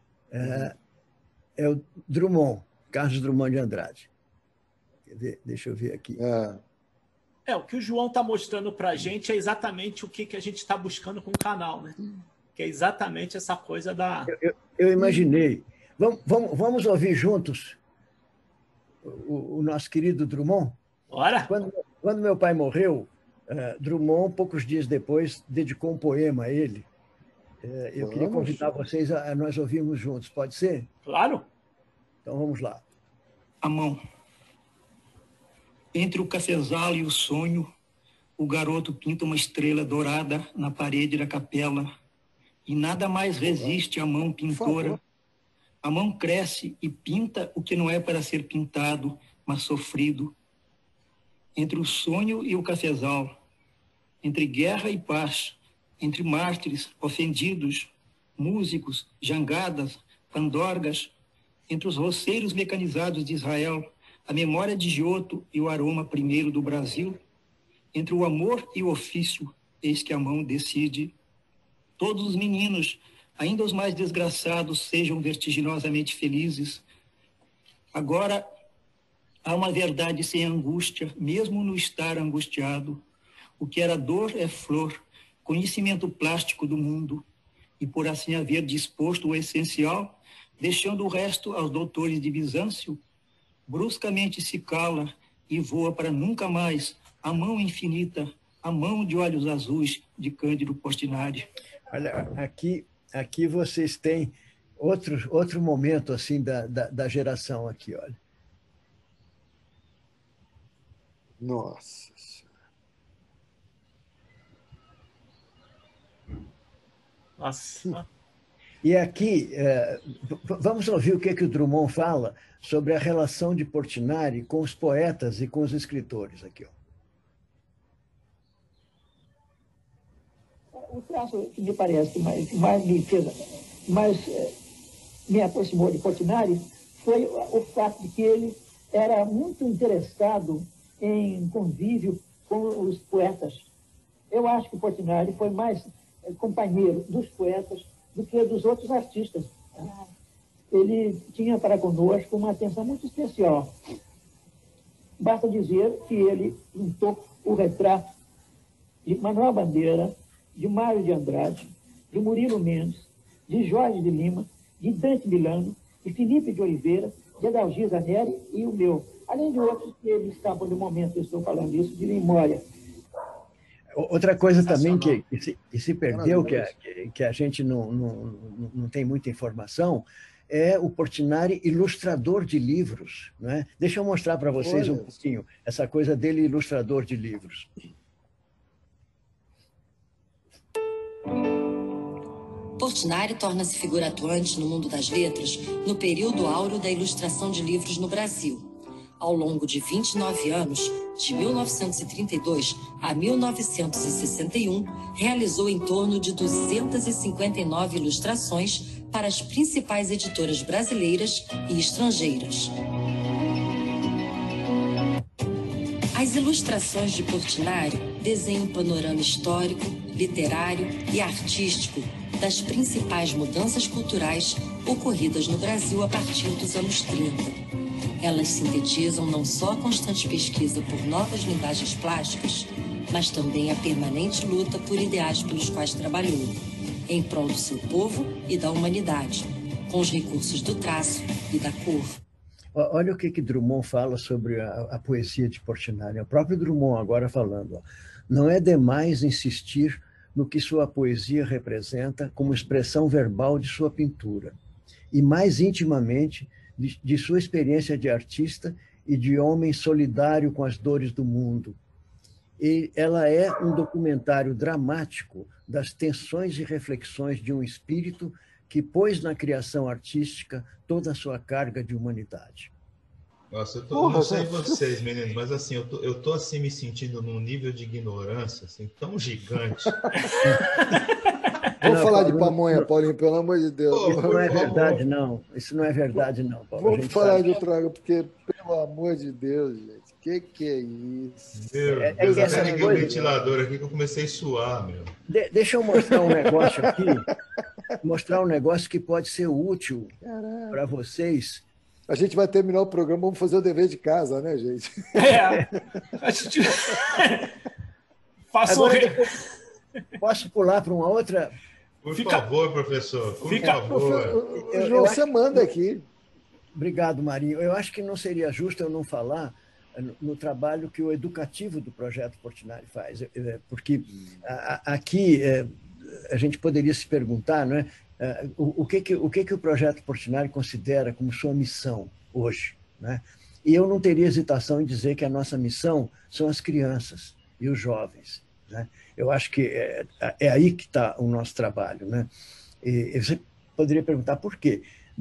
É o Drummond, Carlos Drummond de Andrade. Quer ver? Deixa eu ver aqui. O que o João está mostrando para a gente é exatamente o que a gente está buscando com o canal, né? Que é exatamente essa coisa da... Eu imaginei. Vamos ouvir juntos o nosso querido Drummond? Bora! Quando meu pai morreu, Drummond, poucos dias depois, dedicou um poema a ele. Eu queria convidar vocês a nós ouvirmos juntos. Pode ser? Claro! Então vamos lá. A mão. Entre o cafezal e o sonho, o garoto pinta uma estrela dourada na parede da capela, e nada mais resiste à mão pintora, A mão cresce e pinta o que não é para ser pintado, mas sofrido. Entre o sonho e o cafezal, entre guerra e paz, entre mártires, ofendidos, músicos, jangadas, pandorgas, entre os roceiros mecanizados de Israel, a memória de Giotto e o aroma primeiro do Brasil, entre o amor e o ofício, eis que a mão decide. Todos os meninos, ainda os mais desgraçados, sejam vertiginosamente felizes. Agora, há uma verdade sem angústia, mesmo no estar angustiado. O que era dor é flor, conhecimento plástico do mundo, e por assim haver disposto o essencial, deixando o resto aos doutores de Bizâncio, bruscamente se cala e voa para nunca mais a mão infinita, a mão de olhos azuis de Cândido Portinari. Olha, aqui vocês têm outro momento assim da geração aqui, olha. Nossa. Nossa. E aqui, vamos ouvir o que o Drummond fala sobre a relação de Portinari com os poetas e com os escritores aqui, ó. O traço que me parece mais me aproximou de Portinari foi o fato de que ele era muito interessado em convívio com os poetas. Eu acho que Portinari foi mais companheiro dos poetas do que dos outros artistas. Ele tinha para conosco uma atenção muito especial. Basta dizer que ele pintou o retrato de Manuel Bandeira, de Mário de Andrade, de Murilo Mendes, de Jorge de Lima, de Dante Milano, de Felipe de Oliveira, de Adalgisa Zaneri e o meu. Além de outros que eles estavam no momento, eu estou falando isso, de memória. Outra coisa também que se perdeu, que a gente não tem muita informação, é o Portinari ilustrador de livros, né? Deixa eu mostrar para vocês um pouquinho essa coisa dele ilustrador de livros. Portinari torna-se figura atuante no mundo das letras no período áureo da ilustração de livros no Brasil. Ao longo de 29 anos, de 1932 a 1961, realizou em torno de 259 ilustrações para as principais editoras brasileiras e estrangeiras. As ilustrações de Portinari desenham um panorama histórico, literário e artístico das principais mudanças culturais ocorridas no Brasil a partir dos anos 30. Elas sintetizam não só a constante pesquisa por novas linguagens plásticas, mas também a permanente luta por ideais pelos quais trabalhou, em prol do seu povo e da humanidade, com os recursos do traço e da cor. Olha o que Drummond fala sobre a poesia de Portinari. É o próprio Drummond agora falando. Ó. Não é demais insistir no que sua poesia representa como expressão verbal de sua pintura, e mais intimamente de sua experiência de artista e de homem solidário com as dores do mundo. E ela é um documentário dramático das tensões e reflexões de um espírito que pôs na criação artística toda a sua carga de humanidade. Nossa, eu não sei vocês, meninos, mas assim, eu tô assim me sentindo num nível de ignorância assim, tão gigante. Vamos falar de pamonha, Paulinho, pelo amor de Deus. Isso não é verdade, não. Isso não é verdade, não, Paulo. Vamos falar de outra água, porque, pelo amor de Deus, gente, que é isso? Meu Deus, até liguei o ventilador aqui que eu comecei a suar, meu. Deixa eu mostrar um negócio aqui, mostrar um negócio que pode ser útil para vocês. A gente vai terminar o programa, vamos fazer o dever de casa, né, gente? A gente... Faça Posso pular para uma outra? Por favor, professor, por favor. João, você manda aqui. Obrigado, Marinho. Eu acho que não seria justo eu não falar no trabalho que o educativo do Projeto Portinari faz, porque aqui a gente poderia se perguntar, não é? O que o Projeto Portinari considera como sua missão hoje, né? E eu não teria hesitação em dizer que a nossa missão são as crianças e os jovens, né? Eu acho que aí que está o nosso trabalho, né? E você poderia perguntar por quê? Bom,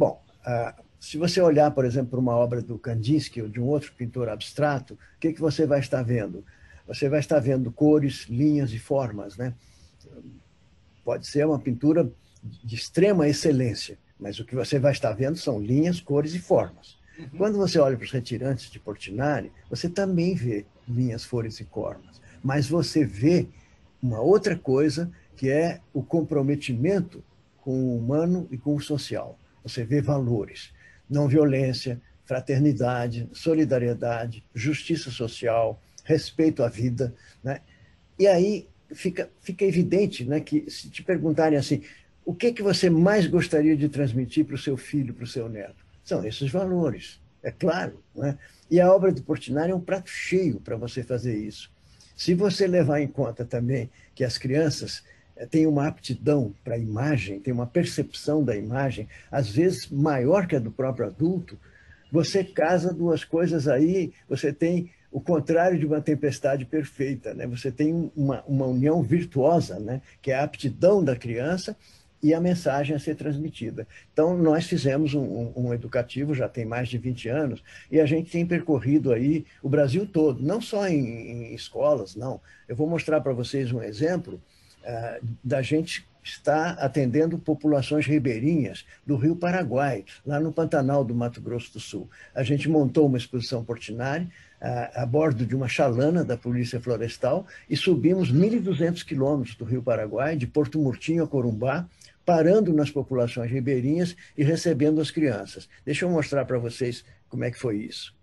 Se você olhar, por exemplo, para uma obra do Kandinsky ou de um outro pintor abstrato, o que você vai estar vendo? Você vai estar vendo cores, linhas e formas, né? Pode ser uma pintura de extrema excelência, mas o que você vai estar vendo são linhas, cores e formas. Quando você olha para os retirantes de Portinari, você também vê linhas, cores e formas, mas você vê uma outra coisa, que é o comprometimento com o humano e com o social. Você vê valores, não violência, fraternidade, solidariedade, justiça social, respeito à vida, né? E aí fica evidente, né, que se te perguntarem assim, o que você mais gostaria de transmitir para o seu filho, para o seu neto? São esses valores, é claro, né? E a obra de Portinari é um prato cheio para você fazer isso. Se você levar em conta também que as crianças têm uma aptidão para a imagem, têm uma percepção da imagem, às vezes maior que a do próprio adulto, você casa duas coisas aí, você tem o contrário de uma tempestade perfeita, né? Você tem uma união virtuosa, né? Que é a aptidão da criança e a mensagem a ser transmitida. Então, nós fizemos um educativo, já tem mais de 20 anos, e a gente tem percorrido aí o Brasil todo, não só em escolas, não. Eu vou mostrar para vocês um exemplo da gente estar atendendo populações ribeirinhas do Rio Paraguai, lá no Pantanal do Mato Grosso do Sul. A gente montou uma exposição Portinari a bordo de uma chalana da Polícia Florestal e subimos 1.200 quilômetros do Rio Paraguai, de Porto Murtinho a Corumbá, parando nas populações ribeirinhas e recebendo as crianças. Deixa eu mostrar para vocês como é que foi isso.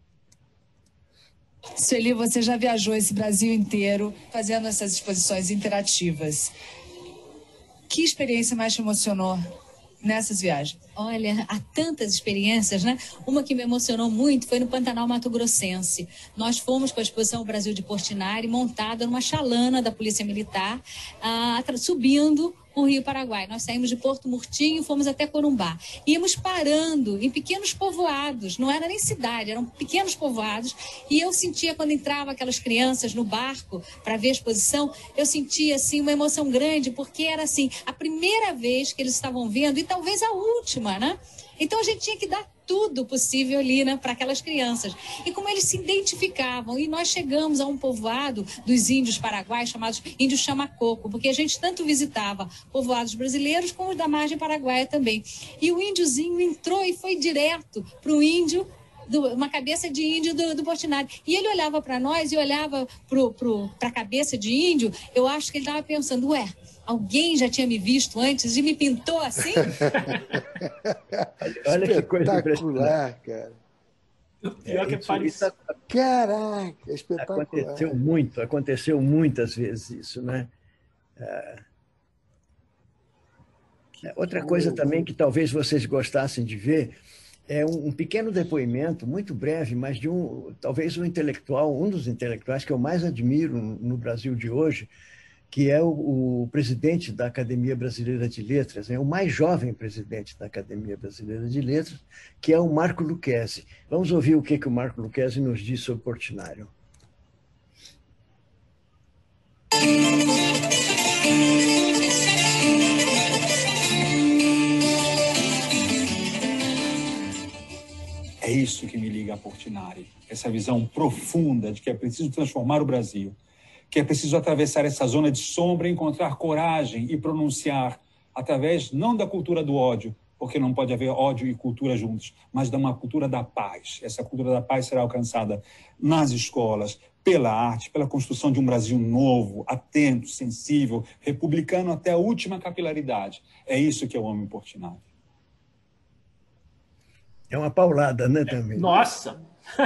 Sueli, você já viajou esse Brasil inteiro fazendo essas exposições interativas. Que experiência mais te emocionou nessas viagens? Olha, há tantas experiências, né? Uma que me emocionou muito foi no Pantanal Mato Grossense. Nós fomos com a exposição Brasil de Portinari, montada numa chalana da Polícia Militar, subindo o Rio Paraguai. Nós saímos de Porto Murtinho e fomos até Corumbá. Íamos parando em pequenos povoados, não era nem cidade, eram pequenos povoados, e eu sentia, quando entrava aquelas crianças no barco para ver a exposição, eu sentia assim uma emoção grande, porque era assim, a primeira vez que eles estavam vendo, e talvez a última, né? Então a gente tinha que dar tudo possível ali, né, para aquelas crianças. E como eles se identificavam, e nós chegamos a um povoado dos índios paraguaios, chamados índios chamacoco, porque a gente tanto visitava povoados brasileiros como os da margem paraguaia também. E o índiozinho entrou e foi direto para o índio, uma cabeça de índio do Portinari. E ele olhava para nós e olhava para a cabeça de índio, eu acho que ele estava pensando, ué, alguém já tinha me visto antes e me pintou assim? Olha que coisa espetacular, cara. Pior que é parecido. Caraca, espetacular. Aconteceu muitas vezes isso, né? Outra coisa também que talvez vocês gostassem de ver é um pequeno depoimento, muito breve, mas de talvez um dos intelectuais que eu mais admiro no Brasil de hoje, que é o presidente da Academia Brasileira de Letras, é o mais jovem presidente da Academia Brasileira de Letras, que é o Marco Lucchesi. Vamos ouvir o que o Marco Lucchesi nos diz sobre Portinari. É isso que me liga a Portinari, essa visão profunda de que é preciso transformar o Brasil, que é preciso atravessar essa zona de sombra, encontrar coragem e pronunciar, através não da cultura do ódio, porque não pode haver ódio e cultura juntos, mas de uma cultura da paz. Essa cultura da paz será alcançada nas escolas, pela arte, pela construção de um Brasil novo, atento, sensível, republicano até a última capilaridade. É isso que eu amo em Portinari. É uma paulada, né, também? Nossa!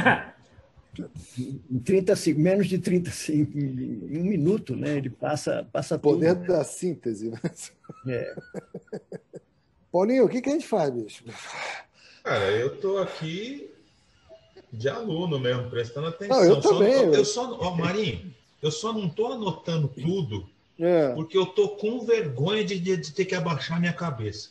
Menos de 30, em um minuto, né? Ele passa tudo. Poder da síntese. Né? Paulinho, o que a gente faz, bicho? Cara, eu tô aqui de aluno mesmo, prestando atenção. Não, eu também. Marinho, eu só não tô anotando tudo porque eu tô com vergonha de ter que abaixar minha cabeça.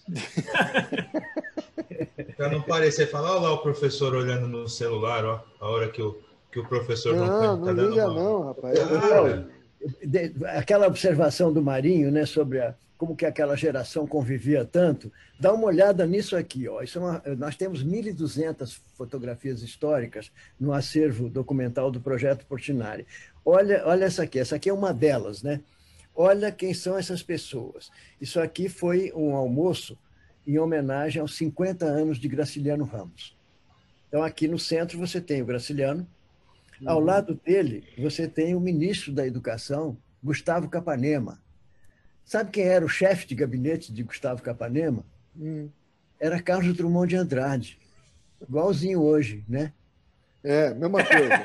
Para não parecer falar, olha lá o professor olhando no celular, ó, a hora que o professor não liga não, rapaz. aquela observação do Marinho, né, sobre como que aquela geração convivia tanto, dá uma olhada nisso aqui. Ó. Nós temos 1.200 fotografias históricas no acervo documental do Projeto Portinari. Olha essa aqui é uma delas, né? Olha quem são essas pessoas. Isso aqui foi um almoço em homenagem aos 50 anos de Graciliano Ramos. Então, aqui no centro você tem o Graciliano, ao lado dele você tem o ministro da Educação, Gustavo Capanema. Sabe quem era o chefe de gabinete de Gustavo Capanema? Era Carlos Drummond de Andrade. Igualzinho hoje, né? Mesma coisa.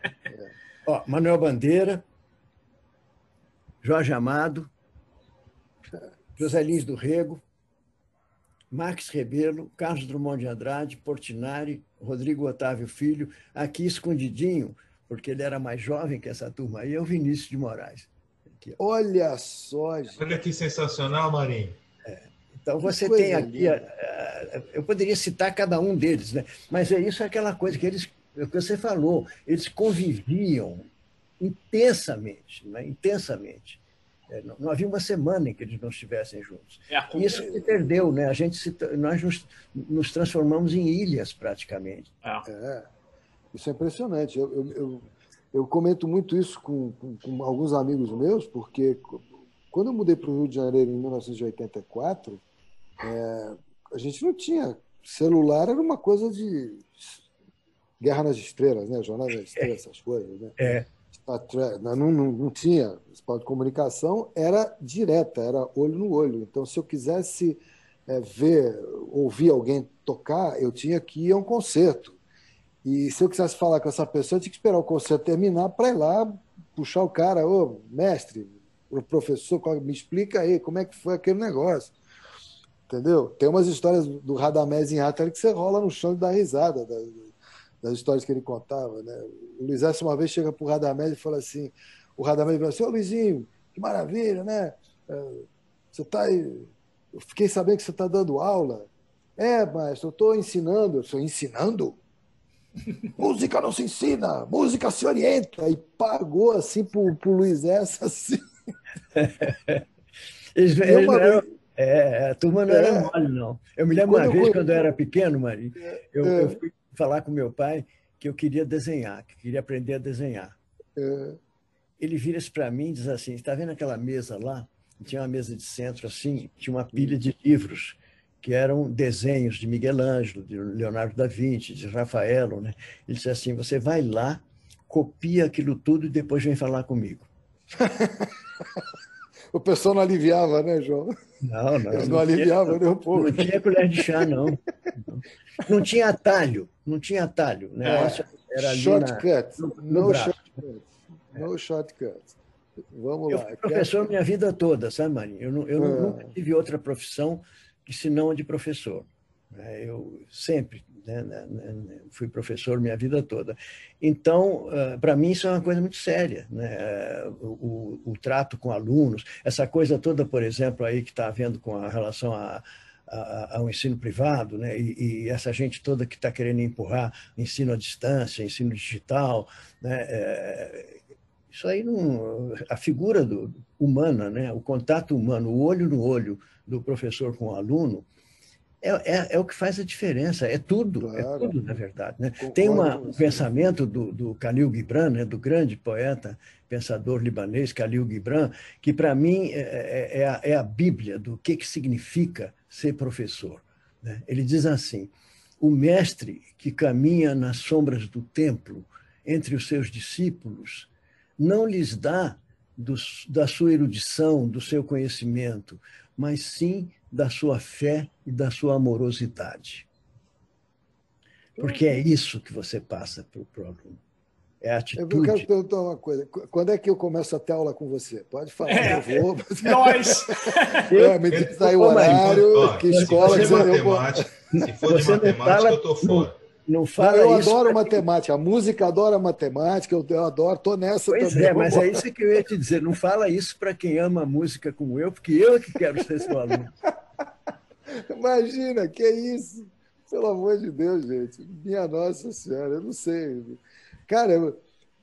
Ó, Manuel Bandeira, Jorge Amado, José Lins do Rego, Marques Rebelo, Carlos Drummond de Andrade, Portinari, Rodrigo Otávio Filho, aqui escondidinho, porque ele era mais jovem que essa turma aí, é o Vinícius de Moraes. Aqui, olha só, gente. Olha que sensacional, Marinho. Então, você tem aqui... eu poderia citar cada um deles, né? Mas isso é aquela coisa que o que você falou, eles conviviam intensamente, né? Intensamente. Não havia uma semana em que eles não estivessem juntos. Isso se perdeu, né? Nós nos transformamos em ilhas, praticamente. Isso é impressionante. Eu comento muito isso com alguns amigos meus, porque quando eu mudei para o Rio de Janeiro em 1984, a gente não tinha celular, era uma coisa de Guerra nas Estrelas, né? Jornal das Estrelas, essas coisas, né? Não tinha espaço de comunicação, era direta, era olho no olho. Então, se eu quisesse ouvir alguém tocar, eu tinha que ir a um concerto. E se eu quisesse falar com essa pessoa, eu tinha que esperar o concerto terminar para ir lá puxar o cara. Ô, mestre, o professor, me explica aí como é que foi aquele negócio. Entendeu? Tem umas histórias do Radamés Inhatali que você rola no chão e dá risada das histórias que ele contava, né? O Luiz Écio uma vez chega para o Radamés e fala assim, o Radamés fala assim, ô Luizinho, que maravilha, né? Você tá aí, eu fiquei sabendo que você está dando aula. Mas eu estou ensinando. Eu estou ensinando? Música não se ensina, música se orienta. Aí pagou assim para o Luiz Écio, assim. A turma não era mole, não. Eu me lembro uma vez, quando eu era pequeno, Marinho, eu fui falar com meu pai que eu queria desenhar, que queria aprender a desenhar. Ele vira-se para mim e diz assim, está vendo aquela mesa lá? Tinha uma mesa de centro assim, tinha uma pilha de livros, que eram desenhos de Miguel Ângelo, de Leonardo da Vinci, de Rafaelo, né? Ele disse assim, você vai lá, copia aquilo tudo e depois vem falar comigo. O pessoal não aliviava, né, João? Não. Eles não aliviavam nem um pouco. Não tinha colher de chá, não. Não tinha atalho. O negócio era ali shortcut. no braço. No shortcut. Vamos lá. Eu fui professor minha vida toda, sabe, Marinho? Eu nunca tive outra profissão que senão a de professor. Eu sempre fui professor minha vida toda. Então, para mim, isso é uma coisa muito séria, né? O trato com alunos, essa coisa toda, por exemplo, aí que está havendo com a relação ao ensino privado, né? E essa gente toda que está querendo empurrar ensino à distância, ensino digital, né? Isso aí a figura humana, né? O contato humano, o olho no olho do professor com o aluno, é o que faz a diferença, é tudo, na verdade. Né? Tem um pensamento do Khalil Gibran, né? Do grande poeta, pensador libanês Khalil Gibran, que para mim é a Bíblia do que significa ser professor. Né? Ele diz assim, o mestre que caminha nas sombras do templo entre os seus discípulos não lhes dá da sua erudição, do seu conhecimento, mas sim da sua fé e da sua amorosidade. Porque é isso que você passa para o aluno. É a atitude. Eu quero perguntar uma coisa. Quando é que eu começo a ter aula com você? Pode falar, eu vou. Nós! Me diz aí o horário, que escola que você vai. Se for de matemática, eu estou fora. Não fala eu isso. Adoro matemática. A música adora matemática, eu adoro, estou nessa pois também. Mas é isso que eu ia te dizer. Não fala isso para quem ama a música como eu, porque eu é que quero ser seu aluno. Imagina, que isso? Pelo amor de Deus, gente. Minha Nossa Senhora, eu não sei. Cara,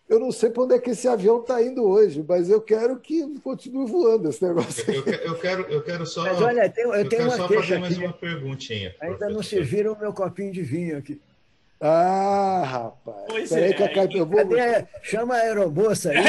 Eu não sei para onde é que esse avião está indo hoje, mas eu quero que continue voando esse negócio. Eu quero só. Mas olha, eu tenho uma queixa fazer mais aqui. uma perguntinha. Ainda não serviram o meu copinho de vinho aqui. Ah, rapaz. Pois Peraí é. que eu vou... Chama a aeromoça aí.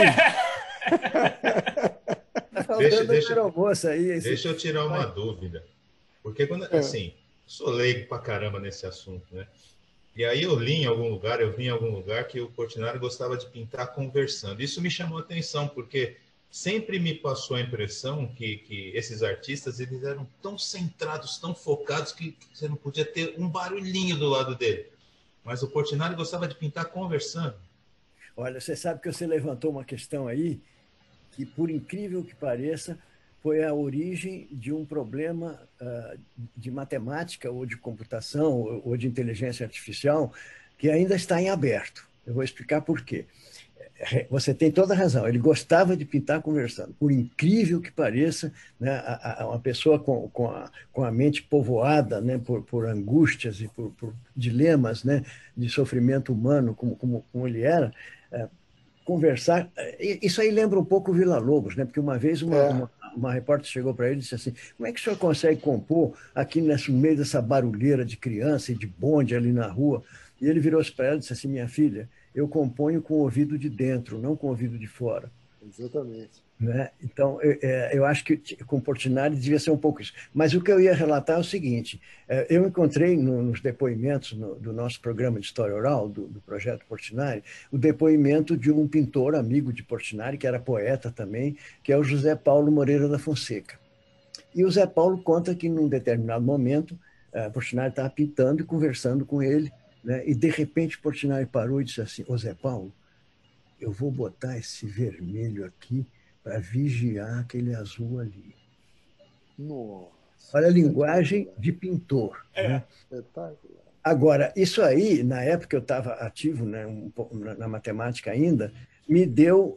Tá faltando a aeromoça aí. Deixa eu tirar uma dúvida. Porque quando, assim, sou leigo pra caramba nesse assunto, né? E aí eu vi em algum lugar que o Portinari gostava de pintar conversando. Isso me chamou a atenção, porque sempre me passou a impressão que esses artistas eles eram tão centrados, tão focados, que você não podia ter um barulhinho do lado dele. Mas o Portinari gostava de pintar conversando. Olha, você sabe que você levantou uma questão aí que, por incrível que pareça, foi a origem de um problema de matemática ou de computação ou de inteligência artificial que ainda está em aberto. Eu vou explicar por quê. Você tem toda a razão. Ele gostava de pintar conversando. Por incrível que pareça, né, uma pessoa com a mente povoada, né, por angústias e por dilemas, né, de sofrimento humano, como ele era, conversar... Isso aí lembra um pouco o Villa-Lobos, né? Porque uma vez uma repórter chegou para ele e disse assim, como é que o senhor consegue compor aqui no meio dessa barulheira de criança e de bonde ali na rua? E ele virou-se para ela e disse assim, minha filha, eu componho com o ouvido de dentro, não com o ouvido de fora. Exatamente. Né? Então, eu acho que com Portinari devia ser um pouco isso. Mas o que eu ia relatar é o seguinte, eu encontrei nos depoimentos do nosso programa de História Oral, do Projeto Portinari, o depoimento de um pintor amigo de Portinari, que era poeta também, que é o José Paulo Moreira da Fonseca. E o Zé Paulo conta que, num determinado momento, Portinari estava pintando e conversando com ele, né? E, de repente, Portinari parou e disse assim, ô Zé Paulo, eu vou botar esse vermelho aqui para vigiar aquele azul ali. Nossa, olha a linguagem de pintor. Né? Espetacular. Agora, isso aí, na época eu estava ativo, né, na matemática ainda, me deu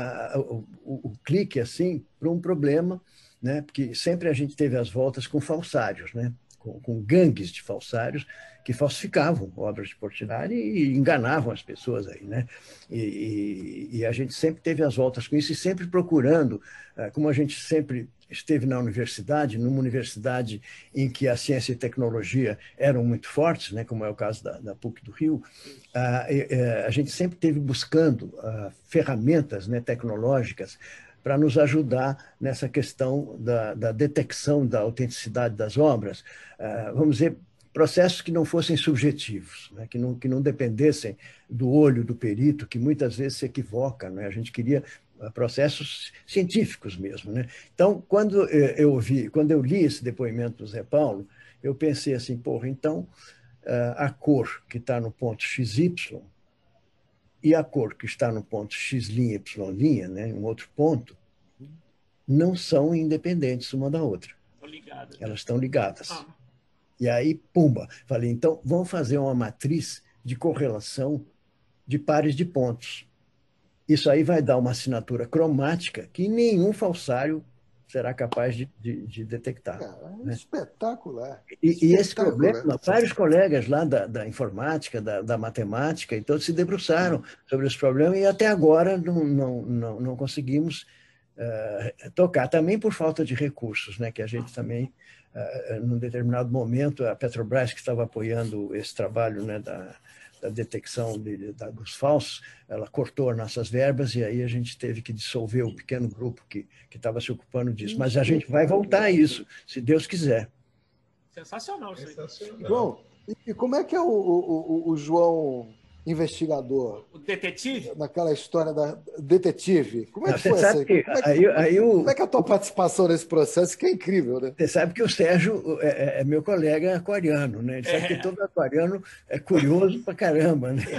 o clique assim, para um problema, né, porque sempre a gente teve as voltas com falsários, né, com gangues de falsários que falsificavam obras de Portinari e enganavam as pessoas aí, né? E a gente sempre teve as voltas com isso e sempre procurando, como a gente sempre esteve na universidade, numa universidade em que a ciência e tecnologia eram muito fortes, né, como é o caso da PUC do Rio, a gente sempre esteve buscando ferramentas, né, tecnológicas para nos ajudar nessa questão da detecção da autenticidade das obras, vamos dizer, processos que não fossem subjetivos, né? que não dependessem do olho do perito, que muitas vezes se equivoca. Né? A gente queria processos científicos mesmo. Né? Então, quando eu li esse depoimento do Zé Paulo, eu pensei assim, porra, então a cor que está no ponto XY e a cor que está no ponto X', Y', né, um outro ponto, não são independentes uma da outra. Elas estão ligadas. E aí, pumba, falei, então vamos fazer uma matriz de correlação de pares de pontos. Isso aí vai dar uma assinatura cromática que nenhum falsário será capaz de detectar. Né? Espetacular. E esse problema, vários colegas lá da informática, da matemática, e todos se debruçaram sobre esse problema e até agora não conseguimos tocar, também por falta de recursos, né? Que a gente também, num determinado momento, a Petrobras, que estava apoiando esse trabalho, né, da detecção dos falsos, ela cortou as nossas verbas e aí a gente teve que dissolver o pequeno grupo que estava se ocupando disso. Mas a gente vai voltar a isso, se Deus quiser. Sensacional isso aí. João, e como é que é o João investigador? O detetive? Naquela história da detetive. Como é que foi essa? Como é que é a tua participação nesse processo, que é incrível, né? Você sabe que o Sérgio é meu colega aquariano, né? Ele sabe que todo aquariano é curioso pra caramba, né?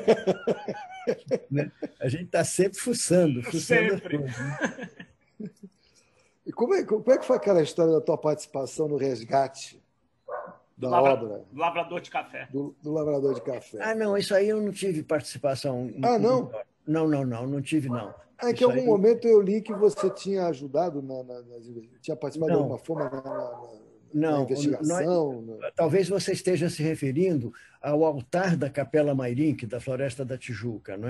A gente está sempre fuçando sempre. As coisas, né? E como é que foi aquela história da tua participação no resgate da obra? Do Lavrador de Café. Do Lavrador de Café. Ah, não, isso aí eu não tive participação. Ah, não? Não tive, não. É que em algum momento eu li que você tinha ajudado, tinha participado de alguma forma na investigação. Talvez você esteja se referindo ao altar da Capela Mairinque, da Floresta da Tijuca, não é?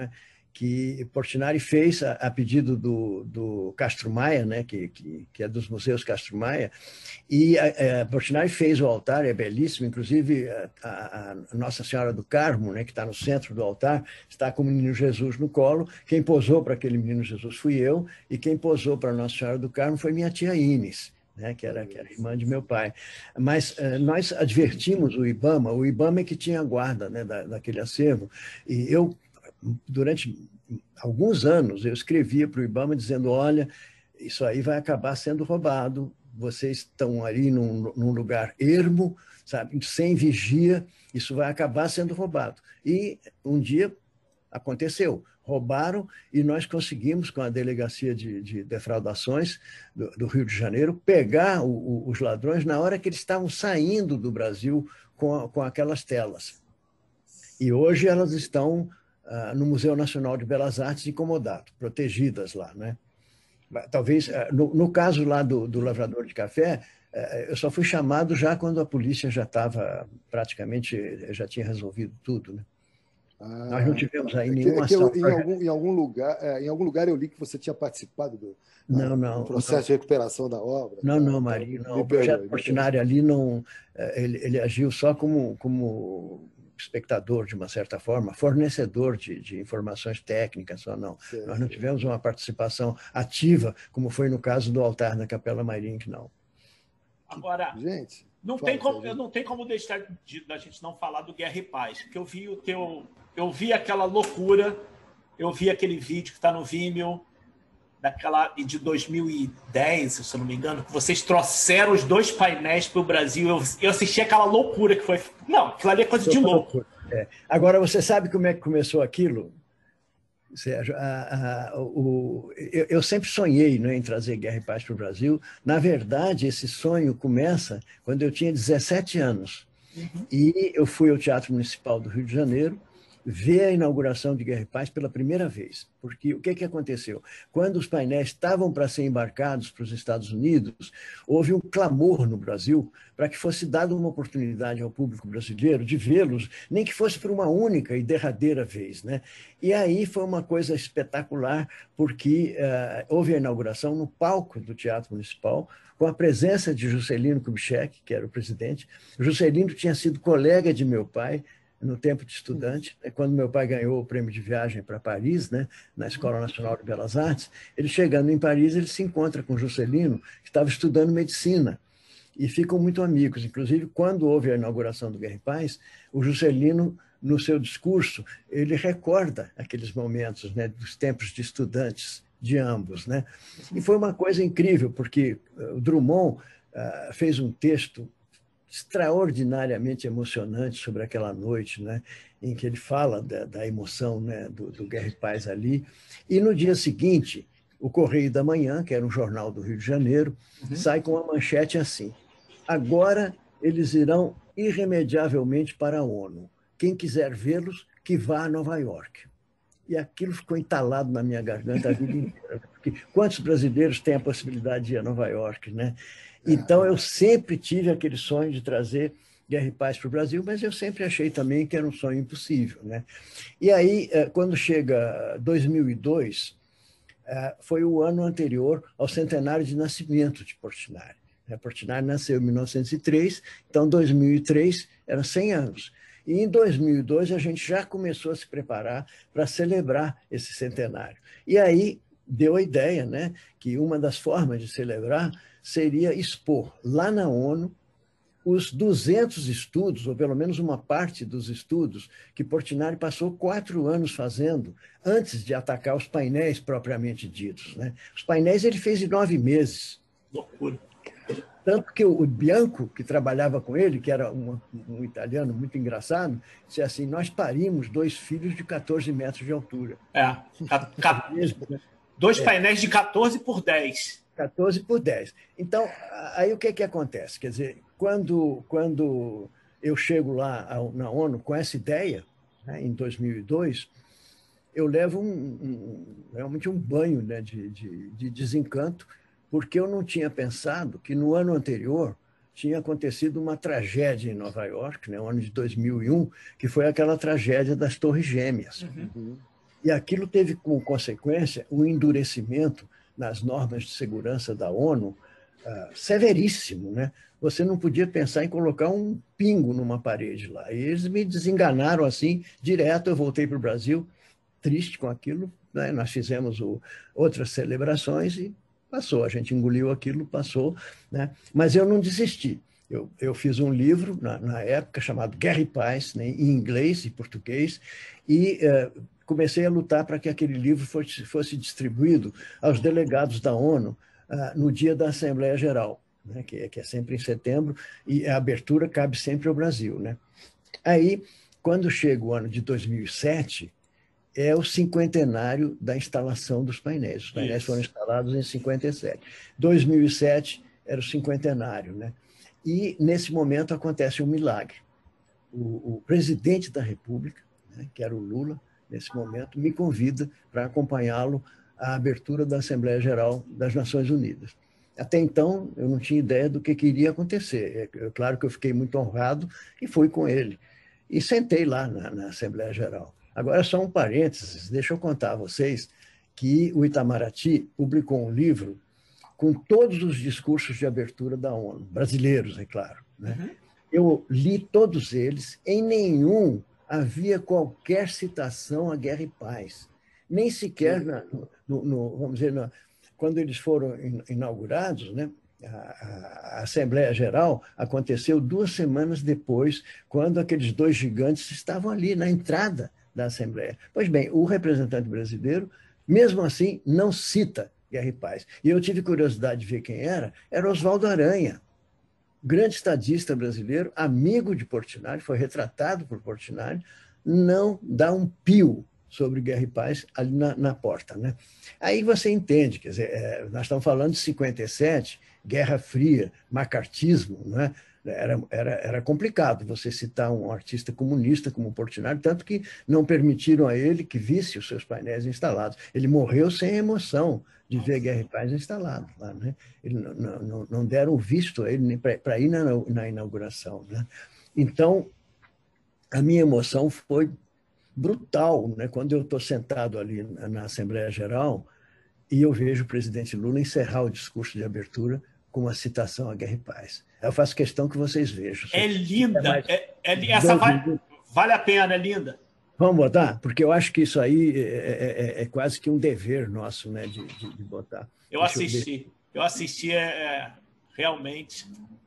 que Portinari fez a pedido do Castro Maia, né, que é dos museus Castro Maia, e Portinari fez o altar, é belíssimo, inclusive a Nossa Senhora do Carmo, né, que está no centro do altar, está com o Menino Jesus no colo. Quem posou para aquele Menino Jesus fui eu, e quem posou para a Nossa Senhora do Carmo foi minha tia Inês, né, que era irmã de meu pai. Mas nós advertimos o IBAMA é que tinha a guarda, né, daquele acervo, e eu, durante alguns anos, eu escrevia para o IBAMA dizendo, olha, isso aí vai acabar sendo roubado, vocês estão ali num lugar ermo, sabe, sem vigia, isso vai acabar sendo roubado. E um dia aconteceu, roubaram, e nós conseguimos, com a Delegacia de Defraudações do Rio de Janeiro, pegar os ladrões na hora que eles estavam saindo do Brasil com aquelas telas. E hoje elas estão no Museu Nacional de Belas Artes, incomodado, protegidas lá, né? Talvez, no caso lá do lavrador de café, eu só fui chamado já quando a polícia já estava praticamente, já tinha resolvido tudo, né? Nós não tivemos aí nenhuma ação. Em algum lugar eu li que você tinha participado do processo de recuperação da obra. Não, Marinho, não. O projeto Portinari ali não, ele agiu só como espectador, de uma certa forma, fornecedor de informações técnicas, só não. Nós não tivemos uma participação ativa, como foi no caso do altar na Capela Mairink, não. Agora, gente, eu não tenho como deixar da gente não falar do Guerra e Paz, porque eu vi aquela loucura, eu vi aquele vídeo que está no Vimeo, de 2010, se eu não me engano, que vocês trouxeram os 2 painéis para o Brasil. Eu assisti aquela loucura que foi... Não, aquilo ali é coisa de louco. Agora, você sabe como é que começou aquilo, Sérgio? Eu sempre sonhei, né, em trazer Guerra e Paz para o Brasil. Na verdade, esse sonho começa quando eu tinha 17 anos. E eu fui ao Teatro Municipal do Rio de Janeiro ver a inauguração de Guerra e Paz pela primeira vez. Porque o que aconteceu? Quando os painéis estavam para ser embarcados para os Estados Unidos, houve um clamor no Brasil para que fosse dada uma oportunidade ao público brasileiro de vê-los, nem que fosse por uma única e derradeira vez, né? E aí foi uma coisa espetacular, porque houve a inauguração no palco do Teatro Municipal, com a presença de Juscelino Kubitschek, que era o presidente. O Juscelino tinha sido colega de meu pai no tempo de estudante, quando meu pai ganhou o prêmio de viagem para Paris, né, na Escola Nacional de Belas Artes. Ele, chegando em Paris, ele se encontra com Juscelino, que estava estudando medicina, e ficam muito amigos. Inclusive, quando houve a inauguração do Guerra e Paz, o Juscelino, no seu discurso, ele recorda aqueles momentos, né, dos tempos de estudantes de ambos, né? E foi uma coisa incrível, porque o Drummond fez um texto extraordinariamente emocionante sobre aquela noite, né, em que ele fala da emoção, né, do Guerra e Paz ali. E no dia seguinte, o Correio da Manhã, que era um jornal do Rio de Janeiro, sai com uma manchete assim: agora eles irão irremediavelmente para a ONU. Quem quiser vê-los, que vá a Nova York. E aquilo ficou entalado na minha garganta a vida inteira, porque quantos brasileiros têm a possibilidade de ir a Nova York, né? Então, eu sempre tive aquele sonho de trazer Guerra e Paz para o Brasil, mas eu sempre achei também que era um sonho impossível, né? E aí, quando chega 2002, foi o ano anterior ao centenário de nascimento de Portinari. Portinari nasceu em 1903, então 2003 era 100 anos. E em 2002 a gente já começou a se preparar para celebrar esse centenário. E aí deu a ideia, né, que uma das formas de celebrar seria expor lá na ONU os 200 estudos, ou pelo menos uma parte dos estudos, que Portinari passou 4 anos fazendo antes de atacar os painéis propriamente ditos, né? Os painéis ele fez em 9 meses. Loucura. Tanto que o Bianco, que trabalhava com ele, que era um italiano muito engraçado, disse assim: nós parimos 2 filhos de 14 metros de altura. 2 painéis de 14 por 10. 14 por 10. Então, aí o que acontece? Quer dizer, quando eu chego lá na ONU com essa ideia, né, em 2002, eu levo realmente um banho, né, de desencanto, porque eu não tinha pensado que no ano anterior tinha acontecido uma tragédia em Nova York, né, no ano de 2001, que foi aquela tragédia das Torres Gêmeas. E aquilo teve como consequência um endurecimento nas normas de segurança da ONU severíssimo, né? Você não podia pensar em colocar um pingo numa parede lá. E eles me desenganaram assim, direto. Eu voltei para o Brasil, triste com aquilo, né? Nós fizemos outras celebrações e passou. A gente engoliu aquilo, passou, né? Mas eu não desisti. Eu fiz um livro, na época, chamado Guerra e Paz, né? Em inglês e português, e comecei a lutar para que aquele livro fosse distribuído aos delegados da ONU no dia da Assembleia Geral, né? que é sempre em setembro, e a abertura cabe sempre ao Brasil, né? Aí, quando chega o ano de 2007, é o cinquentenário da instalação dos painéis. Os painéis foram instalados em 57. 2007 era o cinquentenário, né? E, nesse momento, acontece um milagre. O presidente da República, né, que era o Lula, nesse momento, me convida para acompanhá-lo à abertura da Assembleia Geral das Nações Unidas. Até então, eu não tinha ideia do que iria acontecer. É claro que eu fiquei muito honrado e fui com ele. E sentei lá na Assembleia Geral. Agora, só um parênteses, deixa eu contar a vocês que o Itamaraty publicou um livro com todos os discursos de abertura da ONU, brasileiros, é claro, né? Uhum. Eu li todos eles, em nenhum havia qualquer citação à Guerra e Paz. Nem sequer, vamos dizer, quando eles foram inaugurados, né? A Assembleia Geral aconteceu 2 semanas depois, quando aqueles 2 gigantes estavam ali na entrada da Assembleia. Pois bem, o representante brasileiro, mesmo assim, não cita Guerra e Paz. E eu tive curiosidade de ver quem era Oswaldo Aranha, grande estadista brasileiro, amigo de Portinari, foi retratado por Portinari, não dá um pio sobre Guerra e Paz ali na porta, né? Aí você entende, quer dizer, nós estamos falando de 57, Guerra Fria, macartismo, né? Era complicado você citar um artista comunista como Portinari, tanto que não permitiram a ele que visse os seus painéis instalados. Ele morreu sem emoção de ver Guerra e Paz instalado lá, né? Ele não deram visto a ele para ir na inauguração, né? Então, a minha emoção foi brutal, né? Quando eu estou sentado ali na Assembleia Geral e eu vejo o presidente Lula encerrar o discurso de abertura com uma citação à Guerra e Paz. Eu faço questão que vocês vejam. É linda. Essa vale a pena, é linda. Vamos botar? Porque eu acho que isso aí é quase que um dever nosso, né, de botar. Eu assisti, realmente.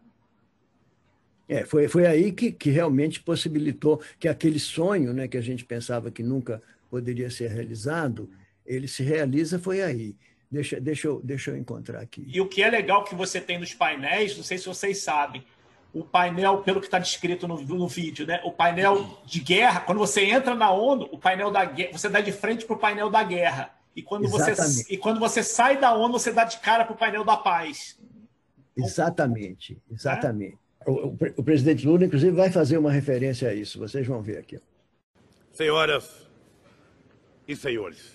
Foi aí que realmente possibilitou que aquele sonho, né, que a gente pensava que nunca poderia ser realizado, ele se realiza, foi aí. Deixa eu encontrar aqui. E o que é legal que você tem nos painéis, não sei se vocês sabem, o painel, pelo que está descrito no vídeo, né? O painel de guerra, quando você entra na ONU, o painel da guerra, você dá de frente para o painel da guerra. E quando você sai da ONU, você dá de cara para o painel da paz. Exatamente. O presidente Lula, inclusive, vai fazer uma referência a isso. Vocês vão ver aqui. Senhoras e senhores,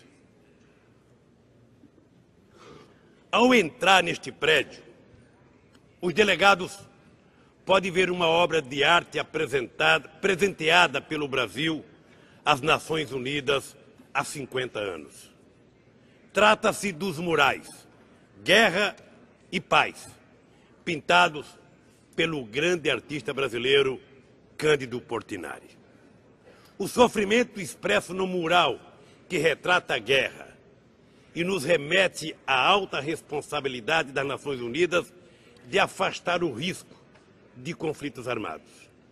ao entrar neste prédio, os delegados podem ver uma obra de arte presenteada pelo Brasil às Nações Unidas há 50 anos. Trata-se dos murais Guerra e Paz, pintados pelo grande artista brasileiro Cândido Portinari. O sofrimento expresso no mural que retrata a guerra e nos remete à alta responsabilidade das Nações Unidas de afastar o risco de conflitos armados.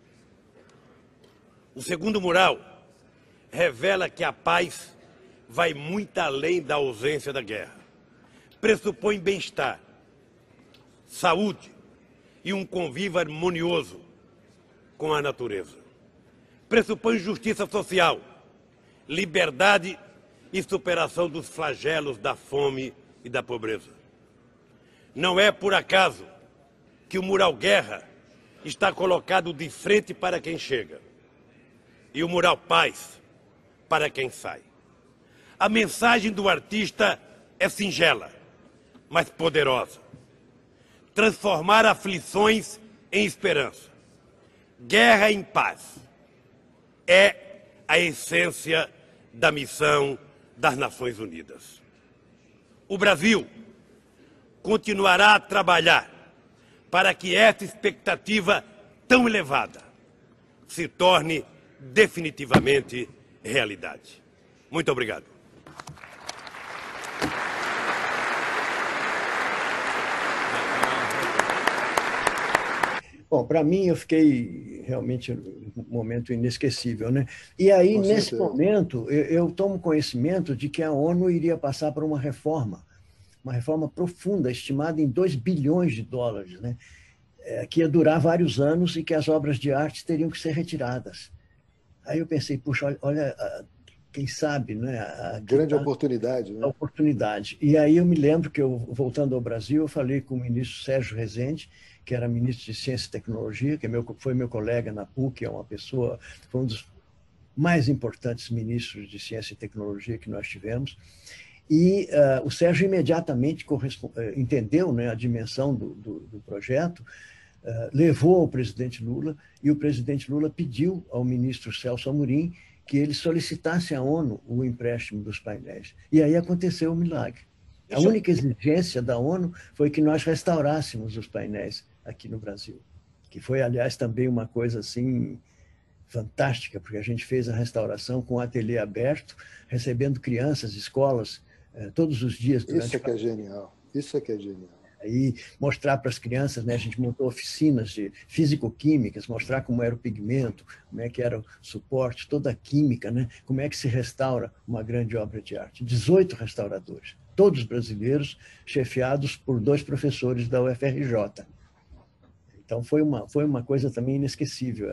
O segundo mural revela que a paz vai muito além da ausência da guerra. Pressupõe bem-estar, saúde e um convívio harmonioso com a natureza. Pressupõe justiça social, liberdade e superação dos flagelos da fome e da pobreza. Não é por acaso que o mural Guerra está colocado de frente para quem chega e o mural Paz para quem sai. A mensagem do artista é singela, mas poderosa. Transformar aflições em esperança. Guerra em paz é a essência da missão das Nações Unidas. O Brasil continuará a trabalhar para que essa expectativa tão elevada se torne definitivamente realidade. Muito obrigado. Bom, para mim, eu fiquei realmente um momento inesquecível, né? E aí, nesse momento, eu tomo conhecimento de que a ONU iria passar por uma reforma profunda, estimada em 2 bilhões de dólares, né? Que ia durar vários anos e que as obras de arte teriam que ser retiradas. Aí eu pensei, puxa, olha, quem sabe, né? A grande oportunidade, né? A oportunidade. E aí eu me lembro que, voltando ao Brasil, eu falei com o ministro Sérgio Rezende, que era ministro de Ciência e Tecnologia, que foi meu colega na PUC, foi um dos mais importantes ministros de Ciência e Tecnologia que nós tivemos. E o Sérgio imediatamente entendeu, né, a dimensão do projeto, levou ao presidente Lula, e o presidente Lula pediu ao ministro Celso Amorim que ele solicitasse à ONU o empréstimo dos painéis. E aí aconteceu o milagre. A única exigência da ONU foi que nós restaurássemos os painéis aqui no Brasil, que foi, aliás, também uma coisa assim fantástica, porque a gente fez a restauração com o ateliê aberto, recebendo crianças, escolas, todos os dias. Isso é que é genial, isso é que é genial. Aí mostrar para as crianças, né, a gente montou oficinas de físico-químicas, mostrar como era o pigmento, como é que era o suporte, toda a química, né, como é que se restaura uma grande obra de arte. 18 restauradores, todos brasileiros, chefiados por 2 professores da UFRJ. Então, foi uma coisa também inesquecível,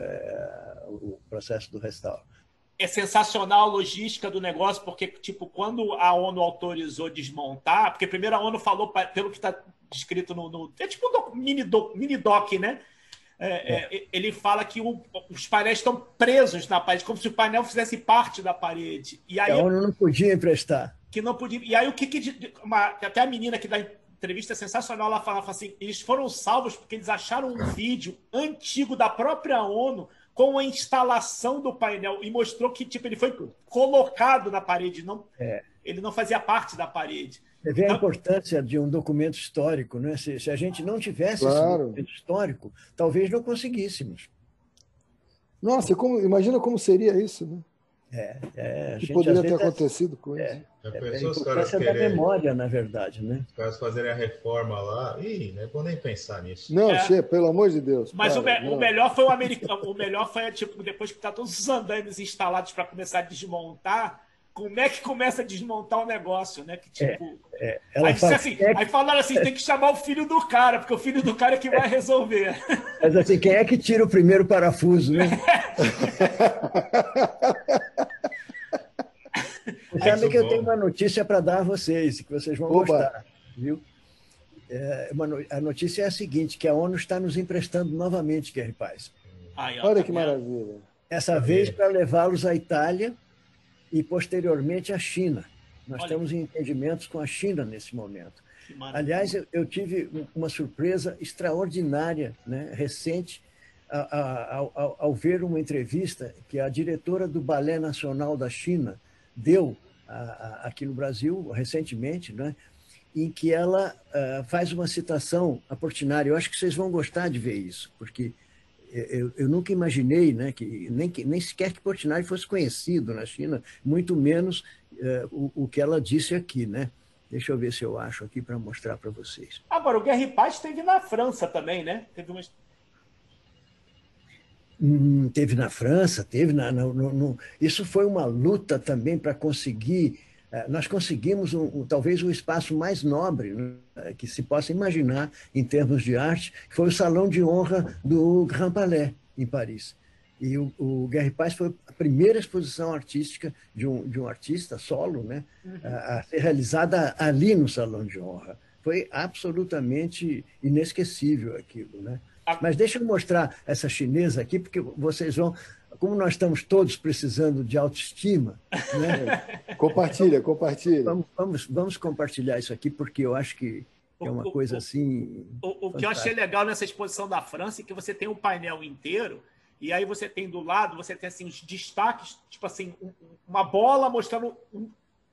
o processo do restauro. É sensacional a logística do negócio, porque, tipo, quando a ONU autorizou desmontar, porque primeiro a ONU falou, pelo que está descrito é tipo um mini-doc, né? Ele fala que os painéis estão presos na parede, como se o painel fizesse parte da parede. E aí, a ONU não podia emprestar. Que não podia. E aí, até a menina que dá entrevista sensacional, ela fala assim, eles foram salvos porque eles acharam um vídeo antigo da própria ONU com a instalação do painel e mostrou que tipo, ele foi colocado na parede, ele não fazia parte da parede. Você vê a importância de um documento histórico, né? Se a gente não tivesse esse documento histórico, talvez não conseguíssemos. Nossa, imagina como seria isso, né? A que gente, poderia ter acontecido com isso. Os caras da memória, na verdade, né? Os caras fazerem a reforma lá, não é bom nem pensar nisso. Não, pelo amor de Deus. Mas o melhor foi o americano. O melhor foi, tipo, depois que tá todos os andaimes instalados para começar a desmontar, como é que começa a desmontar o negócio, né? Que, tipo, aí falaram assim, tem que chamar o filho do cara, porque o filho do cara é que vai resolver. Mas assim, quem é que tira o primeiro parafuso, né? Você sabe que eu tenho uma notícia para dar a vocês, que vocês vão gostar, viu? A notícia é a seguinte, que a ONU está nos emprestando novamente, Guerra e Paz. Olha que maravilha. Essa vez para levá-los à Itália e, posteriormente, à China. Nós temos entendimentos com a China nesse momento. Aliás, eu tive uma surpresa extraordinária, né, recente, ao ver uma entrevista que a diretora do Balé Nacional da China deu aqui no Brasil, recentemente, né, em que ela faz uma citação a Portinari. Eu acho que vocês vão gostar de ver isso, porque eu nunca imaginei, né, que nem sequer que Portinari fosse conhecido na China, muito menos o que ela disse aqui, né? Deixa eu ver se eu acho aqui para mostrar para vocês. Agora, o Guerra e Paz teve na França também, né? Teve uma... Teve na França, teve isso foi uma luta também para conseguir. Nós conseguimos talvez o espaço mais nobre, né, que se possa imaginar em termos de arte, que foi o Salão de Honra do Grand Palais, em Paris. E o Guerra e Paz foi a primeira exposição artística de um artista solo, né, a ser realizada ali no Salão de Honra. Foi absolutamente inesquecível aquilo, né? Mas deixa eu mostrar essa chinesa aqui, porque vocês vão... Como nós estamos todos precisando de autoestima, né? Compartilha. Vamos compartilhar isso aqui, porque eu acho que é uma coisa assim... O que eu achei legal nessa exposição da França é que você tem um painel inteiro, e aí você tem do lado, você tem assim, os destaques, tipo assim, uma bola mostrando